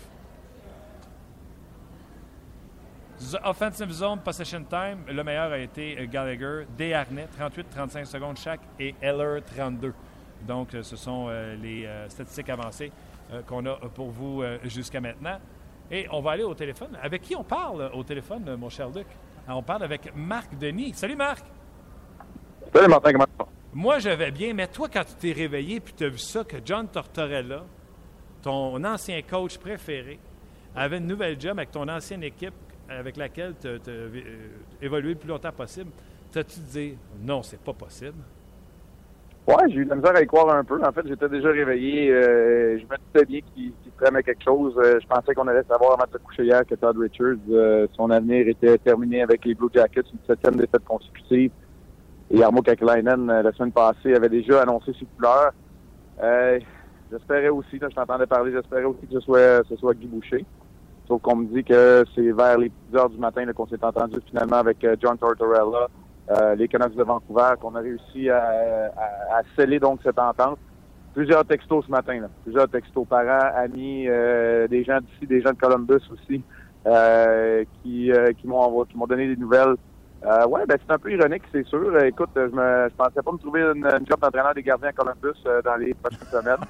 Offensive zone, possession time, le meilleur a été Gallagher, Desharnais, trente-huit à trente-cinq secondes chaque et Eller, trente-deux. Donc, ce sont euh, les euh, statistiques avancées euh, qu'on a pour vous euh, jusqu'à maintenant. Et on va aller au téléphone. Avec qui on parle au téléphone, mon cher Luc? On parle avec Marc Denis. Salut, Marc! Salut, Martin, comment ça va? Moi, je vais bien, mais toi, quand tu t'es réveillé et tu as vu ça, que John Tortorella, ton ancien coach préféré, avait une nouvelle job avec ton ancienne équipe avec laquelle tu as euh, évolué le plus longtemps possible, t'as-tu dit non, c'est pas possible? Ouais, j'ai eu de la misère à y croire un peu. En fait, j'étais déjà réveillé. Euh, je me disais bien qu'il, qu'il tramait quelque chose. Euh, je pensais qu'on allait savoir avant de se coucher hier que Todd Richards, euh, son avenir était terminé avec les Blue Jackets, une septième défaite consécutive. Et Jarmo Kekalainen, euh, la semaine passée, avait déjà annoncé ses couleurs. Euh, j'espérais aussi, là, je t'entendais parler, j'espérais aussi que ce soit, ce soit Guy Boucher. Sauf qu'on me dit que c'est vers les dix heures du matin là, qu'on s'est entendu finalement avec euh, John Tortorella, euh, les Canucks de Vancouver, qu'on a réussi à, à, à sceller donc cette entente. Plusieurs textos ce matin, là. Plusieurs textos, parents, amis, euh, des gens d'ici, des gens de Columbus aussi, euh, qui, euh, qui m'ont qui m'ont donné des nouvelles. Euh, ouais, ben c'est un peu ironique, c'est sûr. Euh, écoute, je me je pensais pas me trouver une, une job d'entraîneur des gardiens à Columbus euh, dans les prochaines semaines.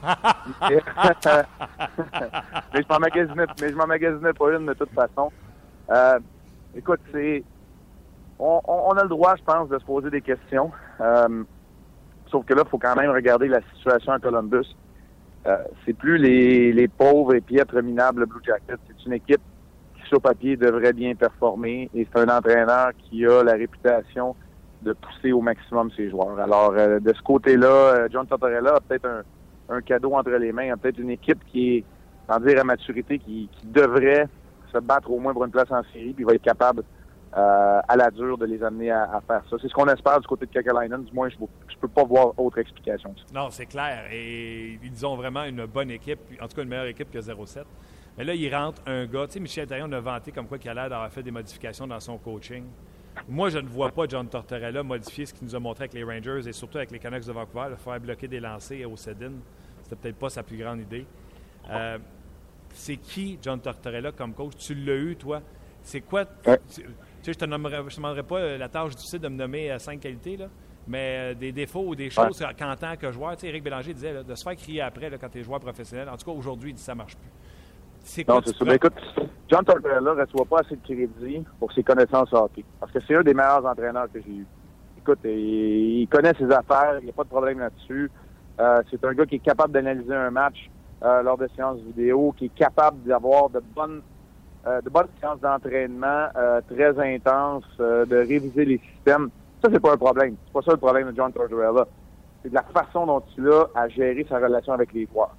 mais je m'en magasinais, mais je m'en magasinais pas une de toute façon. Euh, écoute, c'est on, on, on a le droit, je pense, de se poser des questions. Euh, sauf que là, il faut quand même regarder la situation à Columbus. Euh, c'est plus les, les pauvres et piètres minables Blue Jackets. C'est une équipe sur papier devrait bien performer et c'est un entraîneur qui a la réputation de pousser au maximum ses joueurs. Alors, euh, de ce côté-là, euh, John Tortorella a peut-être un, un cadeau entre les mains, a peut-être une équipe qui est, sans dire à maturité, qui, qui devrait se battre au moins pour une place en série, puis va être capable euh, à la dure de les amener à, à faire ça. C'est ce qu'on espère du côté de Kekalainen, du moins je ne peux pas voir autre explication que ça. Non, c'est clair. Et ils ont vraiment une bonne équipe, en tout cas une meilleure équipe que zéro sept. Mais là, il rentre un gars. Tu sais, Michel Therrien a vanté comme quoi qu'il a l'air d'avoir fait des modifications dans son coaching. Moi, je ne vois pas John Tortorella modifier ce qu'il nous a montré avec les Rangers et surtout avec les Canucks de Vancouver, le faire bloquer des lancers au Sedin. C'était peut-être pas sa plus grande idée. Euh, c'est qui, John Tortorella, comme coach? Tu l'as eu, toi. C'est quoi? Tu sais, je te demanderai pas la tâche difficile de me nommer cinq qualités, là, mais des défauts ou des choses ouais. qu'en tant que joueur, tu sais, Éric Bélanger disait là, de se faire crier après là, quand tu es joueur professionnel. En tout cas, aujourd'hui, il dit ça marche plus. C'est quoi, non, c'est ça. Ben, écoute, John Tortorella ne reçoit pas assez de crédit pour ses connaissances hockey. Parce que c'est un des meilleurs entraîneurs que j'ai eu. Écoute, il, il connaît ses affaires, il n'y a pas de problème là-dessus. Euh, c'est un gars qui est capable d'analyser un match euh, lors de séances vidéo, qui est capable d'avoir de bonnes, euh, de bonnes séances d'entraînement euh, très intenses, euh, de réviser les systèmes. Ça, c'est pas un problème. C'est pas ça le problème de John Tortorella. C'est de la façon dont il a à gérer sa relation avec les joueurs.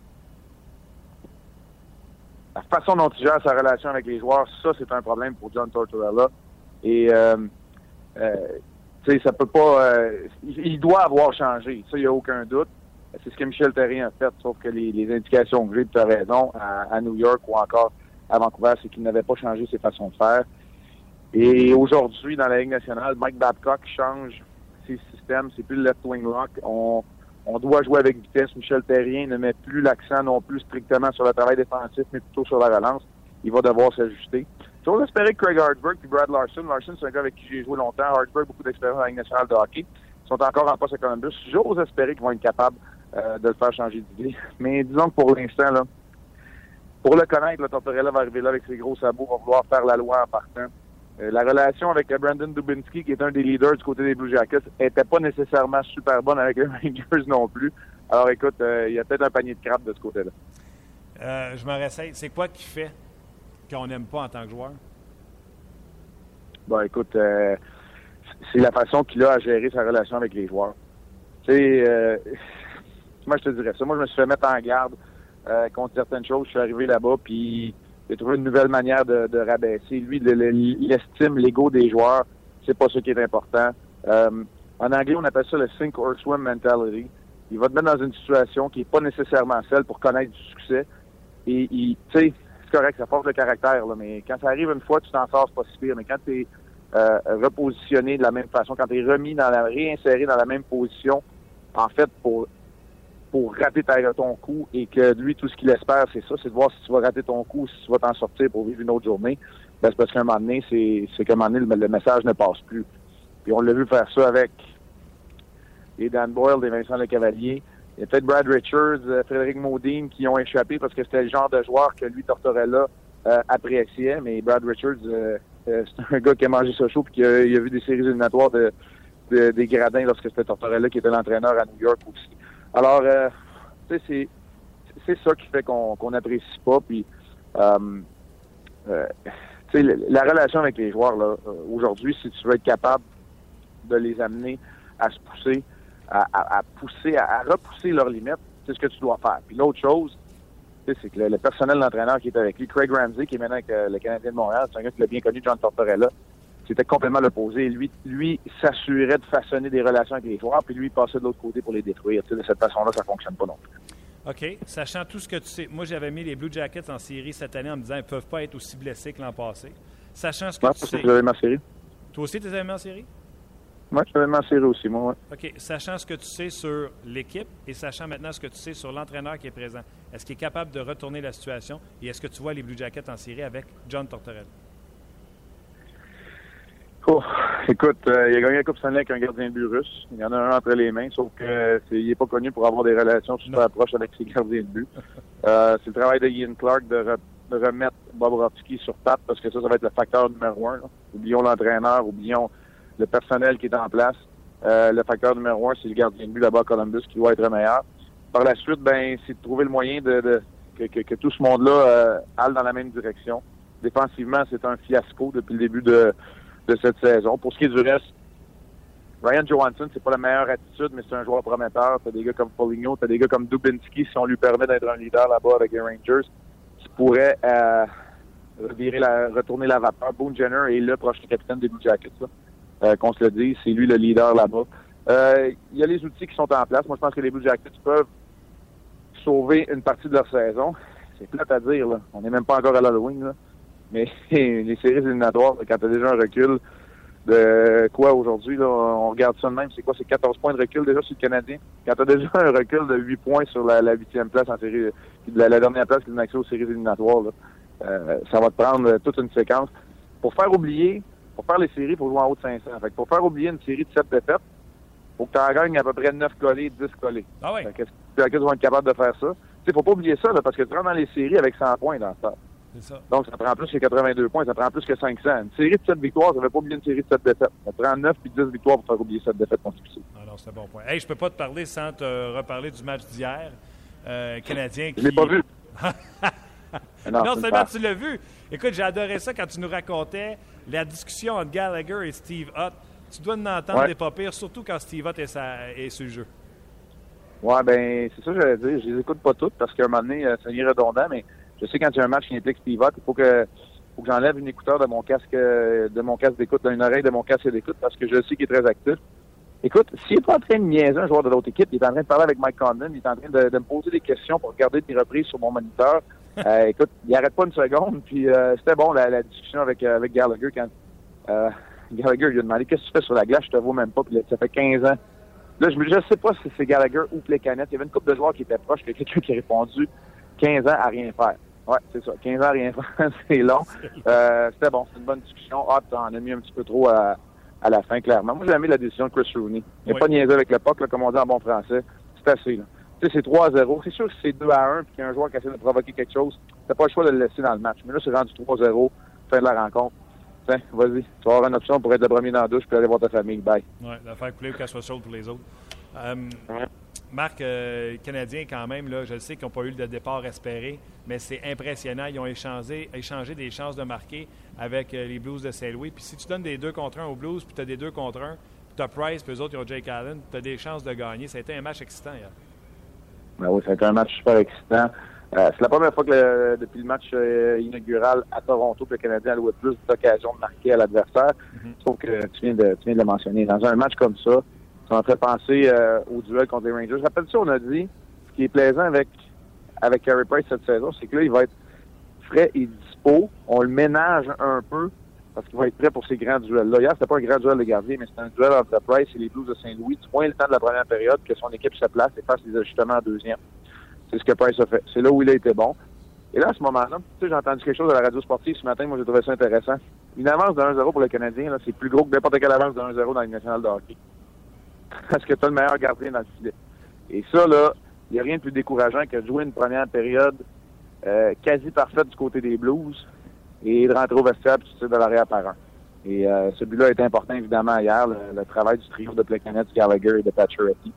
La façon dont il gère sa relation avec les joueurs, ça, c'est un problème pour John Tortorella. Et, euh, euh, tu sais, ça peut pas... Euh, il, il doit avoir changé. Ça, il n'y a aucun doute. C'est ce que Michel Therrien a fait, sauf que les, les indications que j'ai, tu as raison, à, à New York ou encore à Vancouver, c'est qu'il n'avait pas changé ses façons de faire. Et aujourd'hui, dans la Ligue nationale, Mike Babcock change ses systèmes. C'est plus le left-wing lock. On... On doit jouer avec vitesse. Michel Therrien ne met plus l'accent non plus strictement sur le travail défensif, mais plutôt sur la relance. Il va devoir s'ajuster. J'ose espérer que Craig Hartsburg et Brad Larson, Larson, c'est un gars avec qui j'ai joué longtemps. Hartsburg, beaucoup d'expérience dans la Ligue nationale de hockey, sont encore en poste à Columbus. J'ose espérer qu'ils vont être capables euh, de le faire changer d'idée. Mais disons que pour l'instant, là, pour le connaître, le Tortorella va arriver là avec ses gros sabots, va vouloir faire la loi en partant. Euh, la relation avec Brandon Dubinsky, qui est un des leaders du côté des Blue Jackets, était pas nécessairement super bonne avec les Rangers non plus. Alors écoute, euh, il y a peut-être un panier de crabes de ce côté-là. Euh, je me réessaye. C'est quoi qui fait qu'on n'aime pas en tant que joueur? Bon, écoute, euh, c'est la façon qu'il a à gérer sa relation avec les joueurs. Tu sais, euh, moi je te dirais ça. Moi, je me suis fait mettre en garde euh, contre certaines choses. Je suis arrivé là-bas, puis j'ai trouvé une nouvelle manière de, de rabaisser. Lui, le, le, l'estime, l'ego des joueurs, c'est pas ça qui est important. Euh, en anglais, on appelle ça le sink or swim mentality. Il va te mettre dans une situation qui est pas nécessairement celle pour connaître du succès. Et, il, tu sais, c'est correct, ça force le caractère, là, mais quand ça arrive une fois, tu t'en sors, c'est pas si pire. Mais quand tu es euh, repositionné de la même façon, quand tu es remis dans la, réinséré dans la même position, en fait, pour pour rater ta, ton coup et que lui, tout ce qu'il espère, c'est ça, c'est de voir si tu vas rater ton coup ou si tu vas t'en sortir pour vivre une autre journée. Ben, c'est parce qu'à un moment donné, c'est, c'est qu'à un moment donné, le, le message ne passe plus. Puis on l'a vu faire ça avec les Dan Boyle, les Vincent Lecavalier. Il y a peut-être Brad Richards, euh, Frédéric Modine qui ont échappé parce que c'était le genre de joueur que lui, Tortorella, euh, appréciait. Mais Brad Richards, euh, euh, c'est un gars qui a mangé ça chaud et qui a, il a vu des séries éliminatoires de, de, des gradins lorsque c'était Tortorella qui était l'entraîneur à New York aussi. Alors, euh, tu sais, c'est, c'est ça qui fait qu'on qu'on n'apprécie pas. Puis, euh, euh, tu sais, la relation avec les joueurs, là, aujourd'hui, si tu veux être capable de les amener à se pousser, à, à, à pousser, à, à repousser leurs limites, c'est ce que tu dois faire. Puis l'autre chose, c'est que le, le personnel d'entraîneur qui est avec lui, Craig Ramsey, qui est maintenant avec euh, le Canadien de Montréal, c'est un gars qui l'a bien connu, John Tortorella, c'était complètement l'opposé. Lui, lui s'assurait de façonner des relations avec les joueurs, puis lui, il passait de l'autre côté pour les détruire. Tu sais, de cette façon-là, ça ne fonctionne pas non plus. OK. Sachant tout ce que tu sais, moi, j'avais mis les Blue Jackets en série cette année en me disant qu'ils ne peuvent pas être aussi blessés que l'an passé. Sachant ce que ouais, tu sais... Tu l'avais mis en série? Toi aussi, tu les avais mis en série? Moi, je l'avais mis en série aussi, moi, oui. OK. Sachant ce que tu sais sur l'équipe et sachant maintenant ce que tu sais sur l'entraîneur qui est présent, est-ce qu'il est capable de retourner la situation et est-ce que tu vois les Blue Jackets en série avec John Tortorella? Oh, écoute, euh, il a gagné la Coupe Stanley avec un gardien de but russe. Il y en a un entre les mains, sauf que euh, c'est, il n'est pas connu pour avoir des relations super non. proches avec ses gardiens de but. Euh, c'est le travail de Ian Clark de, re, de remettre Bobrovsky sur patte parce que ça, ça va être le facteur numéro un. Là. Oublions l'entraîneur, oublions le personnel qui est en place. Euh, le facteur numéro un, c'est le gardien de but là-bas à Columbus qui doit être meilleur. Par la suite, ben, c'est de trouver le moyen de, de que, que, que tout ce monde-là euh, aille dans la même direction. Défensivement, c'est un fiasco depuis le début de de cette saison. Pour ce qui est du reste, Ryan Johansson, c'est pas la meilleure attitude, mais c'est un joueur prometteur. T'as des gars comme Foligno, t'as des gars comme Dubinsky, si on lui permet d'être un leader là-bas avec les Rangers, qui pourrait euh, revirer la, retourner la vapeur. Boone Jenner est le prochain capitaine des Blue Jackets, là. Euh, qu'on se le dise, c'est lui le leader là-bas. Euh, il y a les outils qui sont en place. Moi, je pense que les Blue Jackets peuvent sauver une partie de leur saison. C'est plate à dire, là. On n'est même pas encore à l'Halloween, là. Mais les séries éliminatoires, quand tu as déjà un recul de quoi aujourd'hui, là, on regarde ça de même, c'est quoi? C'est quatorze points de recul déjà sur le Canadien. Quand tu as déjà un recul de huit points sur la, la huitième place en série, la, la dernière place qui est accès aux séries éliminatoires, là, euh, ça va te prendre toute une séquence. Pour faire oublier, pour faire les séries, il faut jouer en haut de cinq cents. Fait que pour faire oublier une série de sept défaites, il faut que tu en gagnes à peu près neuf collés, dix collés. Ah oui? Fait que les Jackets vont être capables de faire ça. Il ne faut pas oublier ça, là, parce que tu rentres dans les séries avec cent points dans ce temps. C'est ça. Donc, ça prend plus que quatre-vingt-deux points, ça prend plus que cinq cents. Une série de sept victoires, ça ne veut pas oublier une série de sept défaites. Ça prend neuf puis dix victoires pour faire oublier sept défaites consécutives. Ah non, c'est un bon point. Hey, je peux pas te parler sans te reparler du match d'hier. Euh, Canadien qui... Je l'ai pas vu. non, non seulement tu l'as vu. Écoute, j'ai adoré ça quand tu nous racontais la discussion entre Gallagher et Steve Hutt. Tu dois en entendre ouais. des pas pires, surtout quand Steve Hutt est, sa... est sur le jeu. Ouais, ben c'est ça que j'allais dire. Je les écoute pas toutes parce qu'à un moment donné, c'est redondant, mais je sais quand il y a un match qui implique Steve Hutt, il faut que, faut que j'enlève une écouteur de mon casque de mon casque d'écoute, d'une oreille de mon casque d'écoute, parce que je sais qu'il est très actif. Écoute, s'il n'est pas en train de niaiser un joueur de l'autre équipe, il est en train de parler avec Mike Condon, il est en train de, de me poser des questions pour regarder des reprises sur mon moniteur. Euh, écoute, il arrête pas une seconde, puis euh, c'était bon la, la discussion avec, euh, avec Gallagher quand euh, Gallagher lui a demandé qu'est-ce que tu fais sur la glace, je te vois même pas, puis là, ça fait quinze ans. Là, je ne sais pas si c'est Gallagher ou Plekanec. Il y avait une couple de joueurs qui étaient proches, que quelqu'un qui a répondu quinze ans à rien faire. Ouais, c'est ça. quinze ans à rien faire, c'est long. Euh, c'était bon, c'était une bonne discussion. Ah, t'en as mis un petit peu trop à, à la fin, clairement. Moi, j'ai aimé la décision de Chris Rooney. Il n'a oui. pas niaisé avec le puck, là, comme on dit en bon français. C'est assez, là. Tu sais, c'est trois à zéro. C'est sûr que c'est deux à un puis qu'il y a un joueur qui essaie de provoquer quelque chose. T'as pas le choix de le laisser dans le match. Mais là, c'est rendu trois à zéro. Fin de la rencontre. Tiens, vas-y. Tu vas avoir une option pour être le premier dans la douche puis aller voir ta famille. Bye. Oui, la faire couler ou qu'elle soit chaude pour les autres. Euh, ouais. Marc, euh, Canadien quand même, là, je sais qu'ils n'ont pas eu le départ espéré, mais c'est impressionnant. Ils ont échangé, échangé des chances de marquer avec euh, les Blues de Saint-Louis. Puis si tu donnes des deux contre un aux Blues, puis tu as des deux contre un, puis tu as Price, puis eux autres, ils ont Jake Allen, tu as des chances de gagner. Ça a été un match excitant hier. Ben oui, ça a été un match super excitant. Euh, c'est la première fois que le, depuis le match euh, inaugural à Toronto que le Canadien a loué plus d'occasions de marquer à l'adversaire. Mm-hmm. Je trouve que tu viens, de, tu viens de le mentionner. Dans un match comme ça, ça m'a fait penser euh, au duel contre les Rangers. Rappelle-tu, on a dit, ce qui est plaisant avec avec Carey Price cette saison, c'est que là, il va être frais et dispo. On le ménage un peu parce qu'il va être prêt pour ces grands duels-là. Hier, c'était pas un grand duel de gardien, mais c'était un duel entre Price et les Blues de Saint-Louis. Du moins le temps de la première période que son équipe se place et fasse les ajustements en deuxième. C'est ce que Price a fait. C'est là où il a été bon. Et là, à ce moment-là, tu sais, j'ai entendu quelque chose à la radio sportive ce matin. Moi, j'ai trouvé ça intéressant. Une avance de un zéro pour le Canadien, là, c'est plus gros que n'importe quelle avance de un zéro dans la Ligue nationale de hockey. Parce que tu as le meilleur gardien dans le filet. Et ça, là, il n'y a rien de plus décourageant que de jouer une première période euh, quasi parfaite du côté des Blues et de rentrer au vestiaire et de de l'arrière par un. Et euh, ce but-là est important, évidemment, hier, le, le travail du trio de Plekanec, Gallagher et de Pacioretty.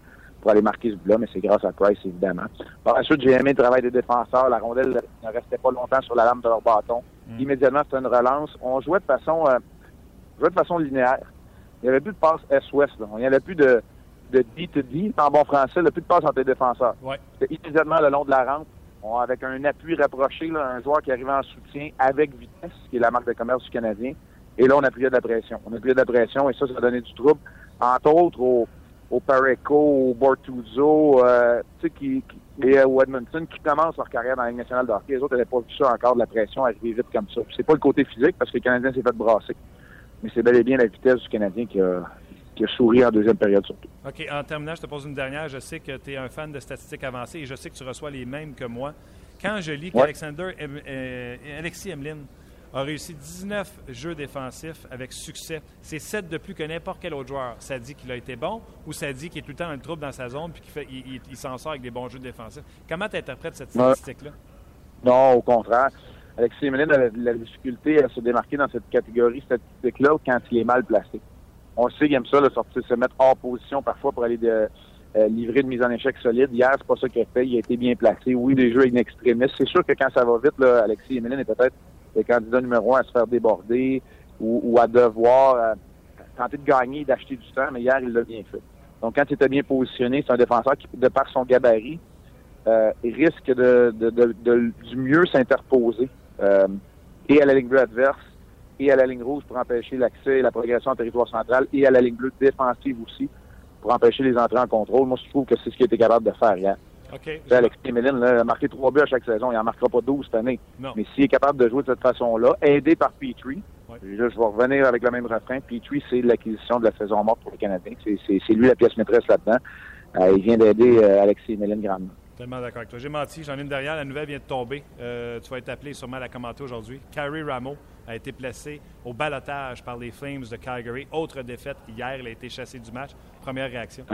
pour aller marquer ce but-là, mais c'est grâce à Price, évidemment. Par la suite, j'ai aimé le travail des défenseurs. La rondelle ne restait pas longtemps sur la lame de leur bâton. Mm. Immédiatement, c'était une relance. On jouait de façon, euh, jouait de façon linéaire. Il n'y avait plus de passe Est-Ouest. Là. Il n'y avait plus de, de D-to-D, en bon français, là, plus de passe entre les défenseurs. Ouais. C'était immédiatement le long de la rampe, on, avec un appui rapproché, là, un joueur qui arrivait en soutien avec vitesse, qui est la marque de commerce du Canadien. Et là, on appuyait de la pression. On appuyait de la pression et ça, ça a donné du trouble. Entre autres, au, au Parayko, au Bortuzzo, euh, tu sais, qui, qui, et au Edmonton, qui commencent leur carrière dans la Ligue nationale de hockey. Les autres n'avaient pas vu ça encore, de la pression, arriver vite comme ça. Puis c'est pas le côté physique, parce que le Canadien s'est fait brasser. Mais c'est bel et bien la vitesse du Canadien qui a, qui a souri en deuxième période, surtout. OK. En terminant, je te pose une dernière. Je sais que tu es un fan de statistiques avancées et je sais que tu reçois les mêmes que moi. Quand je lis qu'Alexander ouais. euh, Alexis Emelin a réussi dix-neuf jeux défensifs avec succès. C'est sept de plus que n'importe quel autre joueur. Ça dit qu'il a été bon ou ça dit qu'il est tout le temps dans le trouble dans sa zone et qu'il fait, il, il, il s'en sort avec des bons jeux défensifs? Comment tu interprètes cette statistique-là? Non, au contraire. Alexis Emelin a la, la difficulté à se démarquer dans cette catégorie statistique-là quand il est mal placé. On sait qu'il aime ça, là, sortir, se mettre hors position parfois pour aller de, euh, livrer une mise en échec solide. Hier, c'est pas ça qu'il a fait. Il a été bien placé. Oui, des jeux in extremis. C'est sûr que quand ça va vite, là, Alexis Emelin est peut-être le candidat numéro un à se faire déborder ou, ou à devoir euh, tenter de gagner et d'acheter du temps, mais hier, il l'a bien fait. Donc, quand il était bien positionné, c'est un défenseur qui, de par son gabarit, euh, risque de, de, de, de du mieux s'interposer euh, et à la ligne bleue adverse et à la ligne rouge pour empêcher l'accès et la progression en territoire central et à la ligne bleue défensive aussi pour empêcher les entrées en contrôle. Moi, je trouve que c'est ce qu'il était capable de faire hier. Okay. Alexis Emelin là, a marqué trois buts à chaque saison. Il n'en marquera pas douze cette année. Non. Mais s'il est capable de jouer de cette façon-là, aidé par Petrie, ouais. là, je vais revenir avec le même refrain. Petrie, c'est l'acquisition de la saison morte pour les Canadiens. C'est, c'est, c'est lui la pièce maîtresse là-dedans. Euh, il vient d'aider euh, Alexis Emelin grandement. Tellement d'accord avec toi. J'ai menti, j'en ai une derrière. La nouvelle vient de tomber. Euh, tu vas être appelé sûrement à la commenter aujourd'hui. Carey Rameau a été placé au ballottage par les Flames de Calgary. Autre défaite hier. Il a été chassé du match. Première réaction?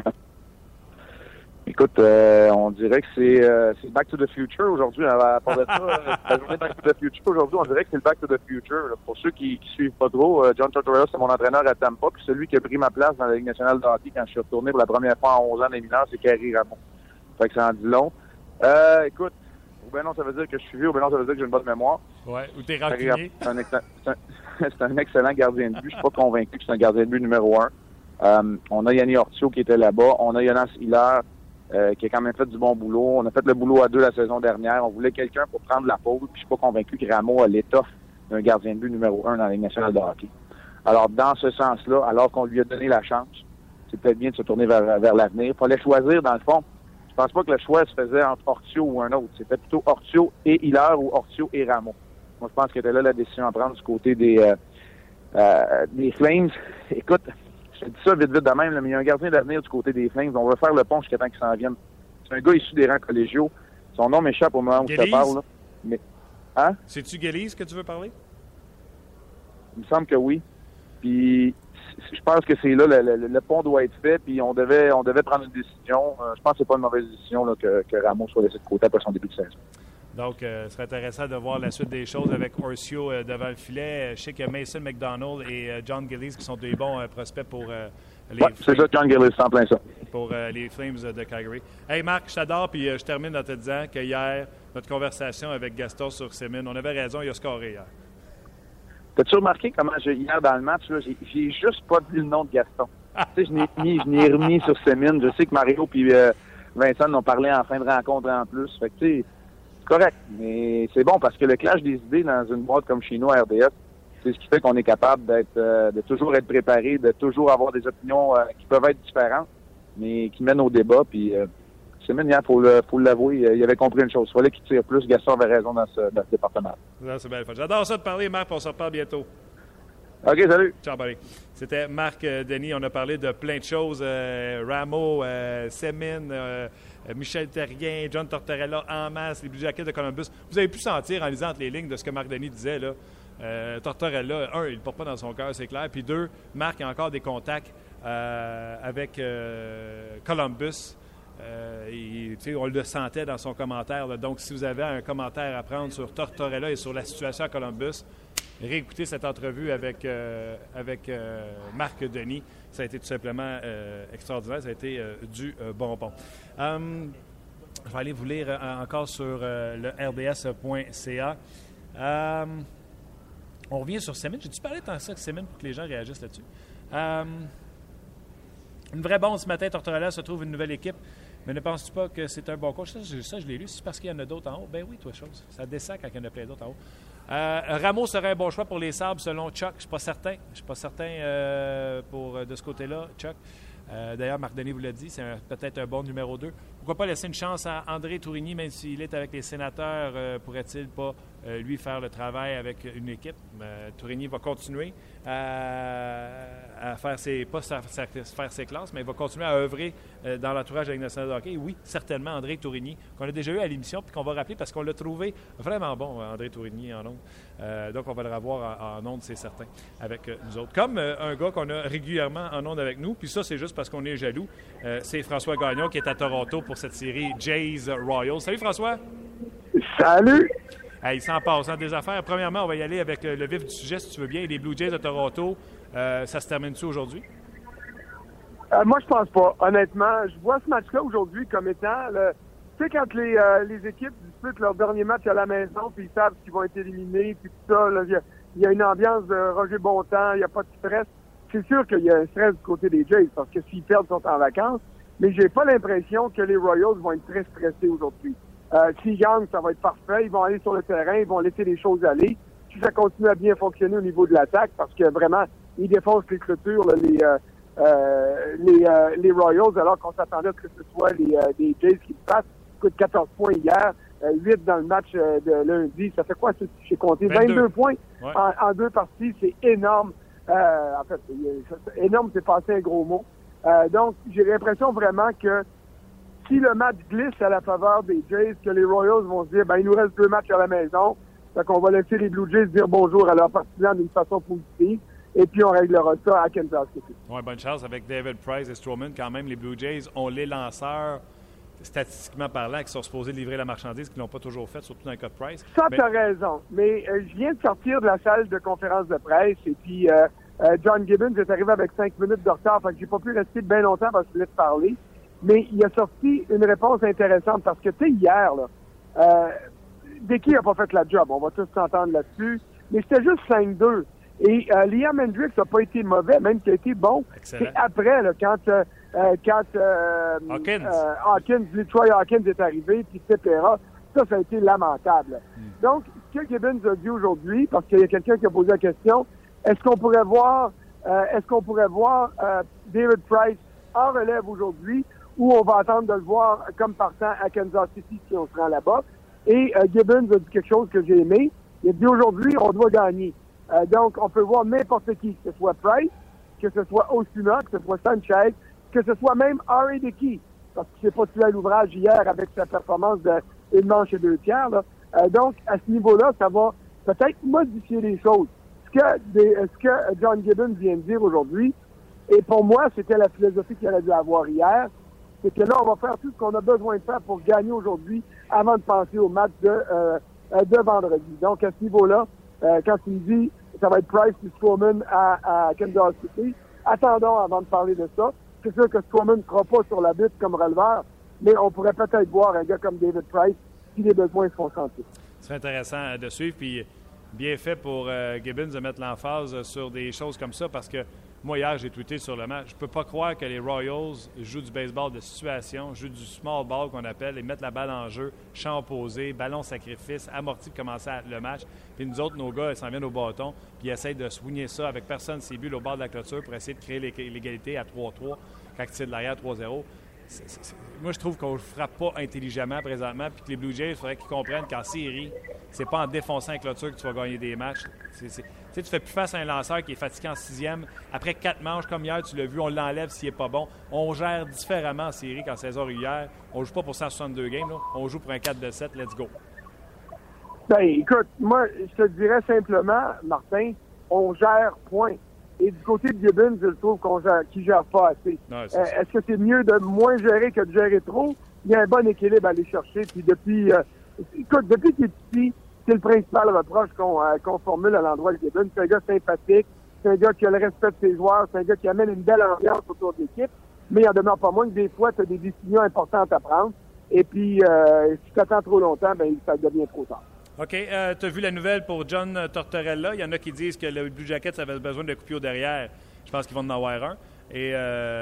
Écoute, euh, on dirait que c'est, euh, c'est Back to the Future aujourd'hui. À part de ça, euh, la journée Back to the Future aujourd'hui, on dirait que c'est le Back to the Future. Là. Pour ceux qui, qui suivent pas trop, euh, John Tortorella, c'est mon entraîneur à Tampa, puis celui qui a pris ma place dans la Ligue nationale de hockey quand je suis retourné pour la première fois en onze ans des mineurs, c'est Carey Rameau. Fait que ça en dit long. Euh, écoute, ou ben non, ça veut dire que je suis vieux, ou ben non, ça veut dire que j'ai une bonne mémoire. Ouais, ou t'es rancunier. C'est un, excellent, c'est, un, c'est un excellent gardien de but. Je suis pas convaincu que c'est un gardien de but numéro un. Euh, on a Yanni Ortio qui était là-bas. On a Jonas Hiller euh, qui a quand même fait du bon boulot. On a fait le boulot à deux la saison dernière. On voulait quelqu'un pour prendre la pause. Puis je suis pas convaincu que Rameau a l'étoffe d'un gardien de but numéro un dans la Ligue nationale de hockey. Alors, dans ce sens-là, alors qu'on lui a donné la chance, c'est peut-être bien de se tourner vers, vers l'avenir. Il fallait choisir, dans le fond. Je pense pas que le choix se faisait entre Ortio ou un autre. C'était plutôt Ortio et Hiller ou Ortio et Rameau. Moi, je pense que c'était là la décision à prendre du côté des, euh, euh, des Flames. Écoute, je dis ça vite, vite de même, là, mais il y a un gardien d'avenir du côté des Flames. On va faire le pont jusqu'à temps qu'il s'en vienne. C'est un gars issu des rangs collégiaux. Son nom m'échappe au moment où Gélise? je te parle. Là. Mais, hein? C'est-tu Gélise que tu veux parler? Il me semble que oui. Puis, je pense que c'est là, le, le, le pont doit être fait, puis on devait on devait prendre une décision. Euh, je pense que c'est pas une mauvaise décision là, que, que Rameau soit laissé de côté après son début de saison. Donc, euh, ce serait intéressant de voir la suite des choses avec Ortio euh, devant le filet. Je sais que Mason McDonald et euh, John Gillies qui sont des bons euh, prospects pour euh, les ouais, c'est ça, John Gillies, c'est en plein ça. Pour euh, les Flames de Calgary. Hey Marc, je t'adore, puis euh, je termine en te disant que hier, notre conversation avec Gaston sur Semin, on avait raison, il a scoré hier. T'as-tu remarqué comment, j'ai, hier dans le match, là, j'ai, j'ai juste pas dit le nom de Gaston. Tu sais, je n'ai mis, je n'ai remis sur Semin. Je sais que Mario et euh, Vincent ont parlé en fin de rencontre en plus. Fait que, tu sais, c'est correct. Mais c'est bon parce que le clash des idées dans une boîte comme chez nous à R D S, c'est ce qui fait qu'on est capable d'être, euh, de toujours être préparé, de toujours avoir des opinions euh, qui peuvent être différentes, mais qui mènent au débat. Puis, euh, Semin, il faut, le, faut l'avouer, il avait compris une chose. Il fallait qu'il tire plus. Gaston avait raison dans ce, dans ce département. Non, c'est bien le fun. J'adore ça de parler, Marc. On se reparle bientôt. OK, salut. Ciao, buddy. C'était Marc euh, Denis. On a parlé de plein de choses. Euh, Rameau, euh, Semin, euh, Michel Therrien, John Tortorella en masse, les Blue Jackets de Columbus. Vous avez pu sentir en lisant entre les lignes de ce que Marc Denis disait. Là. Euh, Tortorella, un, il ne porte pas dans son cœur, c'est clair. Puis deux, Marc a encore des contacts euh, avec euh, Columbus. Euh, et, on le sentait dans son commentaire. Là. Donc, si vous avez un commentaire à prendre sur Tortorella et sur la situation à Columbus, réécouter cette entrevue avec, euh, avec euh, Marc Denis. Ça a été tout simplement euh, extraordinaire. Ça a été euh, du euh, bonbon. Um, je vais aller vous lire euh, encore sur euh, le r d s point c a. Um, on revient sur Semin. J'ai-tu parlé tant ça que Semin pour que les gens réagissent là-dessus? Um, une vraie bombe ce matin. Tortorella se trouve une nouvelle équipe. Mais ne penses-tu pas que c'est un bon coach? Ça, je, ça, je l'ai lu. C'est parce qu'il y en a d'autres en haut. Ben oui, toi, chose. Ça descend quand il y en a plein d'autres en haut. Euh, Rameau serait un bon choix pour les Sabres, selon Chuck. Je ne suis pas certain. Je suis pas certain euh, pour, de ce côté-là, Chuck. Euh, d'ailleurs, Marc Denis vous l'a dit, c'est un, peut-être un bon numéro deux. Pourquoi pas laisser une chance à André Tourigny, même s'il est avec les Sénateurs, euh, pourrait-il pas euh, lui faire le travail avec une équipe? Euh, Tourigny va continuer à, à faire ses, pas à faire ses classes, mais il va continuer à œuvrer euh, dans l'entourage de la Ligue nationale de hockey. Oui, certainement, André Tourigny, qu'on a déjà eu à l'émission, puis qu'on va rappeler parce qu'on l'a trouvé vraiment bon, André Tourigny, en ondes. Euh, donc, on va le revoir en, en ondes, c'est certain, avec euh, nous autres. Comme euh, un gars qu'on a régulièrement en ondes avec nous, puis ça, c'est juste parce qu'on est jaloux, euh, c'est François Gagnon qui est à Toronto pour cette série Jays Royals. Salut François! Salut! Hey, il s'en passe, hein, des affaires. Premièrement, on va y aller avec le, le vif du sujet, si tu veux bien. Les Blue Jays de Toronto, euh, ça se termine-tu aujourd'hui? Euh, moi, je pense pas. Honnêtement, je vois ce match-là aujourd'hui comme étant... Le... Tu sais, quand les, euh, les équipes disputent leur dernier match à la maison, puis ils savent qu'ils vont être éliminés, puis tout ça, il y, y a une ambiance de Roger Bontemps, il n'y a pas de stress. C'est sûr qu'il y a un stress du côté des Jays, parce que s'ils perdent, ils sont en vacances. Mais j'ai pas l'impression que les Royals vont être très stressés aujourd'hui. Euh, s'ils gagnent, ça va être parfait. Ils vont aller sur le terrain, ils vont laisser les choses aller. Si ça continue à bien fonctionner au niveau de l'attaque, parce que vraiment, ils défoncent les clôtures, là, les, euh, euh, les, euh, les Royals, alors qu'on s'attendait à ce que ce soit les, euh, les Jays qui le fassent. Écoute, quatorze points hier, euh, huit dans le match euh, de lundi. Ça fait quoi, j'ai compté? vingt-deux. vingt-deux points ouais. en, en deux parties. C'est énorme. Euh, en fait, c'est, énorme, c'est passé un gros mot. Euh, donc, j'ai l'impression vraiment que si le match glisse à la faveur des Jays, que les Royals vont se dire, ben il nous reste deux matchs à la maison, fait qu'on va laisser les Blue Jays dire bonjour à leurs partisans d'une façon positive, et puis on réglera ça à Kansas City. Oui, bonne chance avec David Price et Stroman. Quand même, les Blue Jays ont les lanceurs, statistiquement parlant, qui sont supposés livrer la marchandise, qui ne l'ont pas toujours fait, surtout dans le cas de Price. Ça, Mais... tu as raison. Mais euh, je viens de sortir de la salle de conférence de presse, et puis euh, euh, John Gibbons est arrivé avec cinq minutes de retard, fait que j'ai pas pu rester bien longtemps parce que je voulais te parler. Mais il a sorti une réponse intéressante parce que, tu sais, hier, là, euh, Dickey n'a pas fait la job. On va tous s'entendre là-dessus. Mais c'était juste cinq deux. Et euh, Liam Hendricks n'a pas été mauvais, même qu'il a été bon. Excellent. C'est après, là, quand, euh, quand euh, Hawkins. Euh, Hawkins, Troy Hawkins est arrivé, puis et cetera. Ça, ça a été lamentable. Mm. Donc, ce que Gibbons a dit aujourd'hui, parce qu'il y a quelqu'un qui a posé la question, est-ce qu'on pourrait voir, euh, est-ce qu'on pourrait voir euh, David Price en relève aujourd'hui, où on va attendre de le voir comme partant à Kansas City si on se rend là-bas. Et euh, Gibbons a dit quelque chose que j'ai aimé. Il a dit aujourd'hui, on doit gagner. Euh, donc, on peut voir n'importe qui, que ce soit Price, que ce soit Osuna, que ce soit Sanchez, que ce soit même R A. Dickey, parce qu'il s'est pas tué à l'ouvrage hier avec sa performance de une manche et deux tiers. Là. Euh, donc, à ce niveau-là, ça va peut-être modifier les choses. Ce que, des, ce que John Gibbons vient de dire aujourd'hui, et pour moi, c'était la philosophie qu'il aurait dû avoir hier, c'est que là, on va faire tout ce qu'on a besoin de faire pour gagner aujourd'hui avant de penser au match de, euh, de vendredi. Donc, à ce niveau-là, euh, quand il dit ça va être Price et Stroman à, à Kansas City, attendons avant de parler de ça. C'est sûr que Stroman ne sera pas sur la butte comme releveur, mais on pourrait peut-être voir un gars comme David Price si les besoins se font sentir. C'est intéressant de suivre, puis bien fait pour euh, Gibbons de mettre l'emphase sur des choses comme ça, parce que moi, hier, j'ai tweeté sur le match. Je peux pas croire que les Royals jouent du baseball de situation, jouent du small ball qu'on appelle, et mettent la balle en jeu, champ opposé, ballon sacrifice, amorti de commencer le match. Puis nous autres, nos gars, ils s'en viennent au bâton, puis ils essayent de swinger ça avec personne ses buts au bord de la clôture pour essayer de créer l'égalité à trois trois quand ils tirent de l'arrière trois zéro. C'est, c'est, c'est... Moi, je trouve qu'on ne frappe pas intelligemment présentement, puis que les Blue Jays, il faudrait qu'ils comprennent qu'en série, c'est pas en défonçant la clôture que tu vas gagner des matchs. C'est, c'est... Tu sais, tu fais plus face à un lanceur qui est fatigué en sixième. Après quatre manches, comme hier, tu l'as vu, on l'enlève s'il n'est pas bon. On gère différemment en série qu'en saison régulière. On ne joue pas pour cent soixante-deux games, là. On joue pour un quatre de sept. Let's go. Ben, écoute, moi, je te dirais simplement, Martin, on gère point. Et du côté de Gibbons, je trouve qu'on gère, qu'il gère pas assez. Non, euh, est-ce que c'est mieux de moins gérer que de gérer trop? Il y a un bon équilibre à aller chercher. Puis depuis, euh, écoute, depuis qu'il est petit, c'est le principal reproche qu'on, euh, qu'on formule à l'endroit de Gibbons. C'est un gars sympathique, c'est un gars qui a le respect de ses joueurs, c'est un gars qui amène une belle ambiance autour de l'équipe, mais il en demeure pas moins que des fois, tu as des décisions importantes à prendre. Et puis, euh, si tu attends trop longtemps, ben ça devient trop tard. OK. Euh, tu as vu la nouvelle pour John Tortorella. Il y en a qui disent que le Blue Jackets avait besoin de coupure derrière. Je pense qu'ils vont en avoir un. Et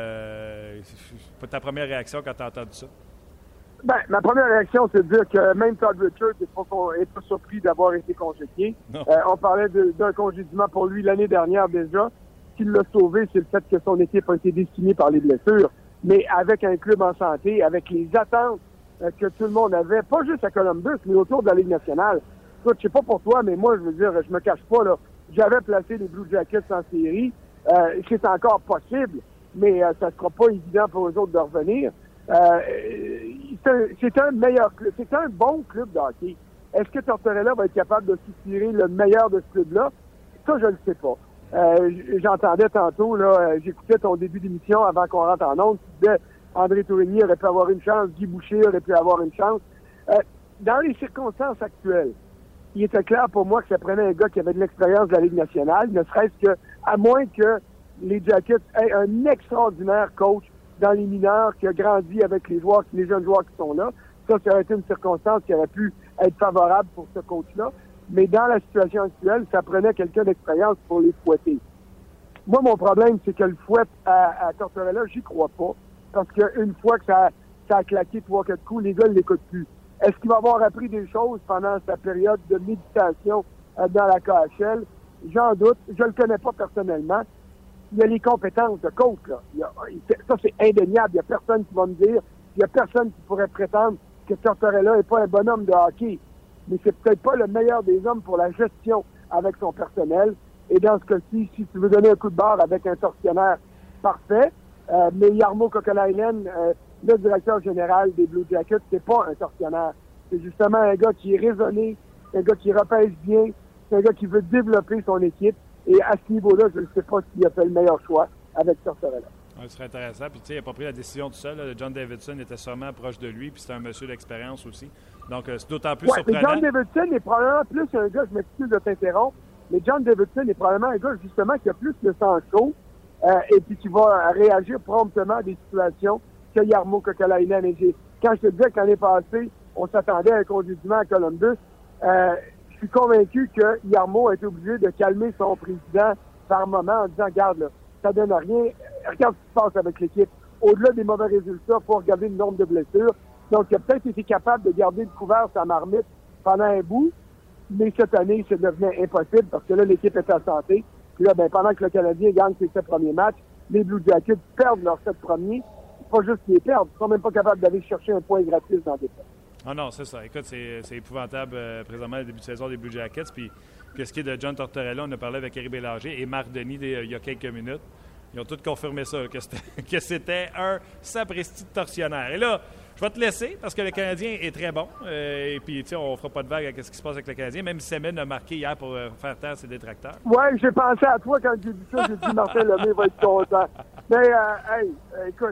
euh, c'est ta première réaction quand tu as entendu ça? Ben, ma première réaction, c'est de dire que même Todd Richards n'est pas, est pas surpris d'avoir été congédié. Euh, on parlait de, d'un congédiement pour lui l'année dernière déjà. Ce qui l'a sauvé, c'est le fait que son équipe a été décimée par les blessures. Mais avec un club en santé, avec les attentes euh, que tout le monde avait, pas juste à Columbus, mais autour de la Ligue nationale. Écoute, je sais pas pour toi, mais moi, je veux dire, je me cache pas, là. J'avais placé les Blue Jackets en série. Euh, c'est encore possible, mais euh, ça sera pas évident pour eux autres de revenir. Euh, c'est, un, c'est un meilleur club. C'est un bon club de hockey. Est-ce que Tortorella va être capable de soutirer le meilleur de ce club-là? Ça, je ne sais pas. Euh, j'entendais tantôt, là, j'écoutais ton début d'émission avant qu'on rentre en ondes, tu disais André Tourigny aurait pu avoir une chance, Guy Boucher aurait pu avoir une chance. Euh, dans les circonstances actuelles, il était clair pour moi que ça prenait un gars qui avait de l'expérience de la Ligue nationale, ne serait-ce que, à moins que les Jackets aient un extraordinaire coach dans les mineurs qui a grandi avec les joueurs, les jeunes joueurs qui sont là. Ça, ça aurait été une circonstance qui aurait pu être favorable pour ce coach-là. Mais dans la situation actuelle, ça prenait quelqu'un d'expérience pour les fouetter. Moi, mon problème, c'est que le fouet à, à Tortorella, j'y crois pas. Parce qu'une fois que ça, ça a claqué trois, quatre coups, les gars ne l'écoutent plus. Est-ce qu'il va avoir appris des choses pendant sa période de méditation euh, dans la K H L? J'en doute. Je le connais pas personnellement. Il y a les compétences de coach, là. Il y a, ça, c'est indéniable. Il y a personne qui va me dire, il y a personne qui pourrait prétendre que Tortorella n'est pas un bonhomme de hockey. Mais c'est peut-être pas le meilleur des hommes pour la gestion avec son personnel. Et dans ce cas-ci, si tu veux donner un coup de barre avec un tortionnaire, parfait. Euh, mais Jarmo Kokalainen, euh, le directeur général des Blue Jackets, c'est pas un tortionnaire. C'est justement un gars qui est raisonné, un gars qui repêche bien, c'est un gars qui veut développer son équipe. Et à ce niveau-là, je ne sais pas s'il a fait le meilleur choix avec Tortorella. Ouais, ce serait intéressant. Puis, tu sais, il n'a pas pris la décision tout seul. Là. John Davidson était sûrement proche de lui, puis c'était un monsieur d'expérience aussi. Donc, euh, c'est d'autant plus ouais, surprenant. Mais John Davidson est probablement plus un gars, je m'excuse de t'interrompre, mais John Davidson est probablement un gars, justement, qui a plus le sang chaud euh, et puis qui va réagir promptement à des situations que Jarmo Kokalainen. Et j'ai, quand je te disais que l'année passée, on s'attendait à un congédiement à Columbus, euh, je suis convaincu que Jarmo a été obligé de calmer son président par moment en disant, regarde, là, ça donne rien. Regarde ce qui se passe avec l'équipe. Au-delà des mauvais résultats, il faut regarder le nombre de blessures. Donc, il a peut-être été capable de garder le couvert sa marmite pendant un bout, mais cette année, ça devenait impossible parce que là, l'équipe était en santé. Puis là, ben, pendant que le Canadien gagne ses sept premiers matchs, les Blue Jackets perdent leurs sept premiers. Pas juste qu'ils les perdent, ils sont même pas capables d'aller chercher un point gratis dans des points. Ah non, c'est ça. Écoute, c'est, c'est épouvantable euh, présentement le début de saison des Blue Jackets. Puis, qu'est-ce qui est de John Tortorella, on a parlé avec Eric Bélanger et Marc Denis des, il y a quelques minutes. Ils ont tous confirmé ça, que c'était, que c'était un sapristi de tortionnaire. Et là, je vais te laisser parce que le Canadien est très bon. Euh, et puis, tu sais, on ne fera pas de vague à ce qui se passe avec le Canadien. Même Semen a marqué hier pour euh, faire taire ses détracteurs. Oui, j'ai pensé à toi quand j'ai dit ça. J'ai dit Martin Lemay va être content. Mais, euh, hey, euh, écoute,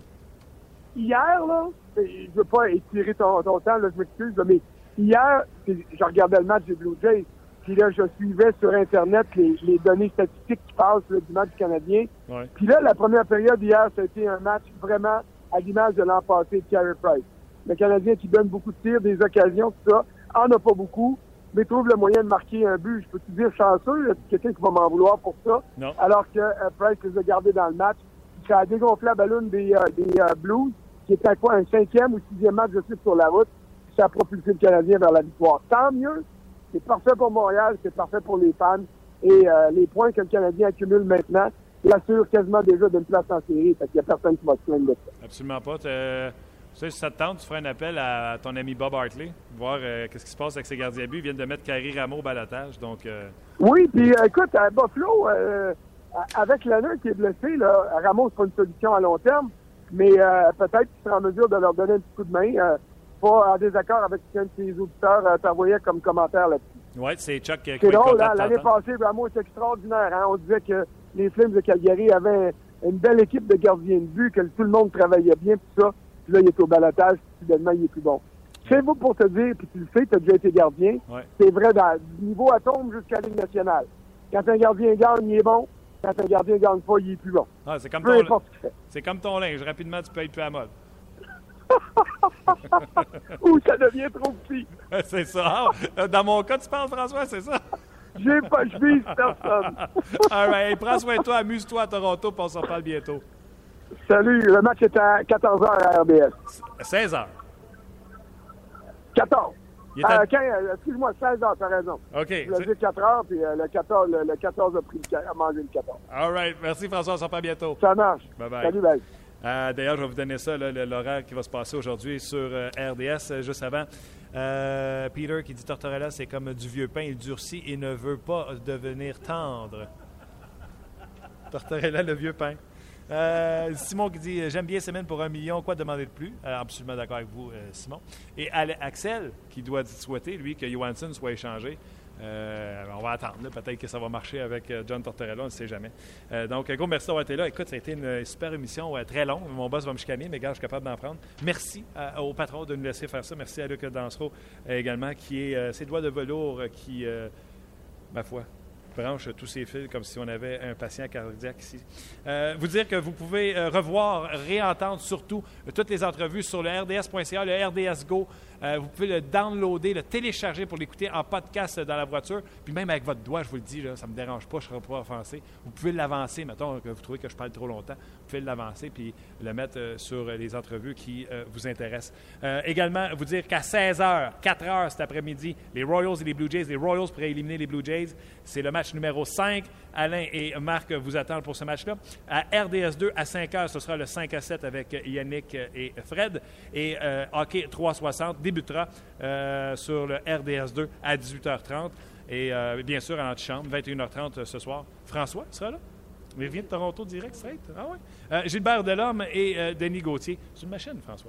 hier, là, je ne veux pas étirer ton, ton temps, là, je m'excuse, là, mais hier, je regardais le match des Blue Jays. Puis là, je suivais sur Internet les, les données statistiques qui passent là, du match canadien. Ouais. Puis là, la première période hier, ça a été un match vraiment à l'image de l'an passé de Carey Price. Le Canadien qui donne beaucoup de tirs, des occasions, tout ça, en a pas beaucoup, mais trouve le moyen de marquer un but. Je peux te dire chanceux, il y a quelqu'un qui va m'en vouloir pour ça. Non. Alors que euh, Price les a gardés dans le match. Ça a dégonflé la ballonne des, euh, des euh, Blues, qui était quoi, un cinquième ou sixième match de suite sur la route. Puis ça a propulsé le Canadien vers la victoire. Tant mieux. C'est parfait pour Montréal, c'est parfait pour les fans. Et euh, les points que le Canadien accumule maintenant l'assurent quasiment déjà d'une place en série. Fait qu'il n'y a personne qui va se plaindre de ça. Absolument pas. Tu sais, si ça te tente, tu feras un appel à ton ami Bob Hartley, voir euh, qu'est-ce qui se passe avec ses gardiens à but. Ils viennent de mettre Carey Rameau au balotage. Donc, euh... Oui, puis euh, écoute, à Buffalo, euh, avec l'année qui est blessé, là, Rameau sera une solution à long terme, mais euh, peut-être qu'il sera en mesure de leur donner un petit coup de main. Euh, pas en désaccord avec ce qu'un de ses auditeurs euh, t'envoyait comme commentaire là-dessus. Oui, c'est Chuck qui C'est drôle, hein? L'année passée, Rameau est extraordinaire. Hein? On disait que les Flames de Calgary avaient une belle équipe de gardiens de but, que tout le monde travaillait bien, tout ça. Puis là, il est au balotage, puis soudainement, il est plus bon. C'est-vous pour te dire, puis tu le sais, tu as déjà été gardien, ouais. c'est vrai dans, du niveau atome jusqu'à la Ligue nationale. Quand un gardien gagne, il est bon. Quand un gardien ne gagne pas, il est plus bon. Ah, c'est comme Peu ton, importe ce qu'il fait. C'est comme ton linge. Rapidement, tu peux être plus à la mode. Ou ça devient trop petit. C'est ça. Ah, dans mon cas, tu parles, François, c'est ça? J'ai pas, je vise personne. All right. Hey, prends soin de toi. Amuse-toi à Toronto, puis on s'en parle bientôt. Salut. Le match est à quatorze heures à R B S. seize heures. quatorze. Il est à... euh, quinze, excuse-moi, seize heures, t'as raison. OK. Je voulais dire quatre heures, puis euh, le, quatorze, le, le quatorze a pris le, a mangé le quatorze. All right. Merci, François. On s'en parle bientôt. Ça marche. Bye-bye. Salut, bye. Euh, d'ailleurs, je vais vous donner ça, là, l'horaire qui va se passer aujourd'hui sur euh, R D S, euh, juste avant. Euh, Peter qui dit « Tortorella, c'est comme du vieux pain, il durcit et ne veut pas devenir tendre. » Tortorella, le vieux pain. Euh, Simon qui dit « J'aime bien semaine pour un million, quoi demander de plus? » euh, Absolument d'accord avec vous, euh, Simon. Et Axel qui doit souhaiter, lui, que Johansson soit échangé. Euh, on va attendre. Là. Peut-être que ça va marcher avec John Tortorella, on ne sait jamais. Euh, donc, gros merci d'avoir été là. Écoute, ça a été une super émission, euh, très longue. Mon boss va me chicaner, mais gars, je suis capable d'en prendre. Merci euh, au patron de nous laisser faire ça. Merci à Luc Dansereau euh, également, qui est euh, ses doigts de velours euh, qui, euh, ma foi, branche tous ces fils comme si on avait un patient cardiaque ici. Euh, vous dire que vous pouvez euh, revoir, réentendre surtout euh, toutes les entrevues sur le R D S point C A, le R D S Go. Euh, vous pouvez le downloader, le télécharger pour l'écouter en podcast dans la voiture. Puis même avec votre doigt, je vous le dis, là, ça ne me dérange pas, je ne serai pas offensé. Vous pouvez l'avancer, mettons que vous trouvez que je parle trop longtemps. Vous pouvez l'avancer puis le mettre euh, sur les entrevues qui euh, vous intéressent. Euh, également, vous dire qu'à seize heures, quatre heures cet après-midi, les Royals et les Blue Jays, les Royals pourraient éliminer les Blue Jays. C'est le match numéro cinq. Alain et Marc vous attendent pour ce match-là. À R D S deux, à cinq heures, ce sera le cinq à sept avec Yannick et Fred. Et euh, Hockey trois cent soixante débutera euh, sur le R D S deux à dix-huit heures trente. Et euh, bien sûr, à l'antichambre, vingt et une heures trente ce soir. François sera là. Il vient de Toronto direct, straight. Ah ouais. Euh, Gilbert Delorme et euh, Denis Gauthier. C'est une machine, François.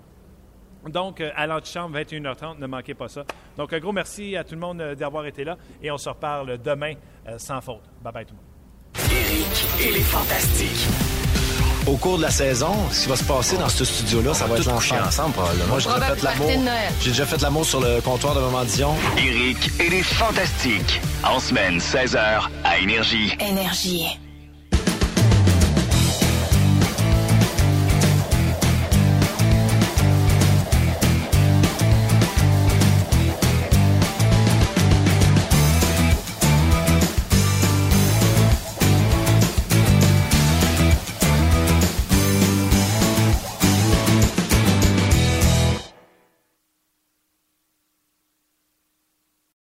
Donc, euh, à l'antichambre, vingt et une heures trente, ne manquez pas ça. Donc, un gros merci à tout le monde euh, d'avoir été là. Et on se reparle demain euh, sans faute. Bye-bye tout le monde. Éric et les Fantastiques. Au cours de la saison, ce qui va se passer dans ce studio-là, ça va être coucher ensemble, probablement. Moi, j'ai déjà fait l'amour. J'ai déjà fait l'amour sur le comptoir de Maman Dion. Éric et les Fantastiques. En semaine, seize heures, à Énergie. Énergie.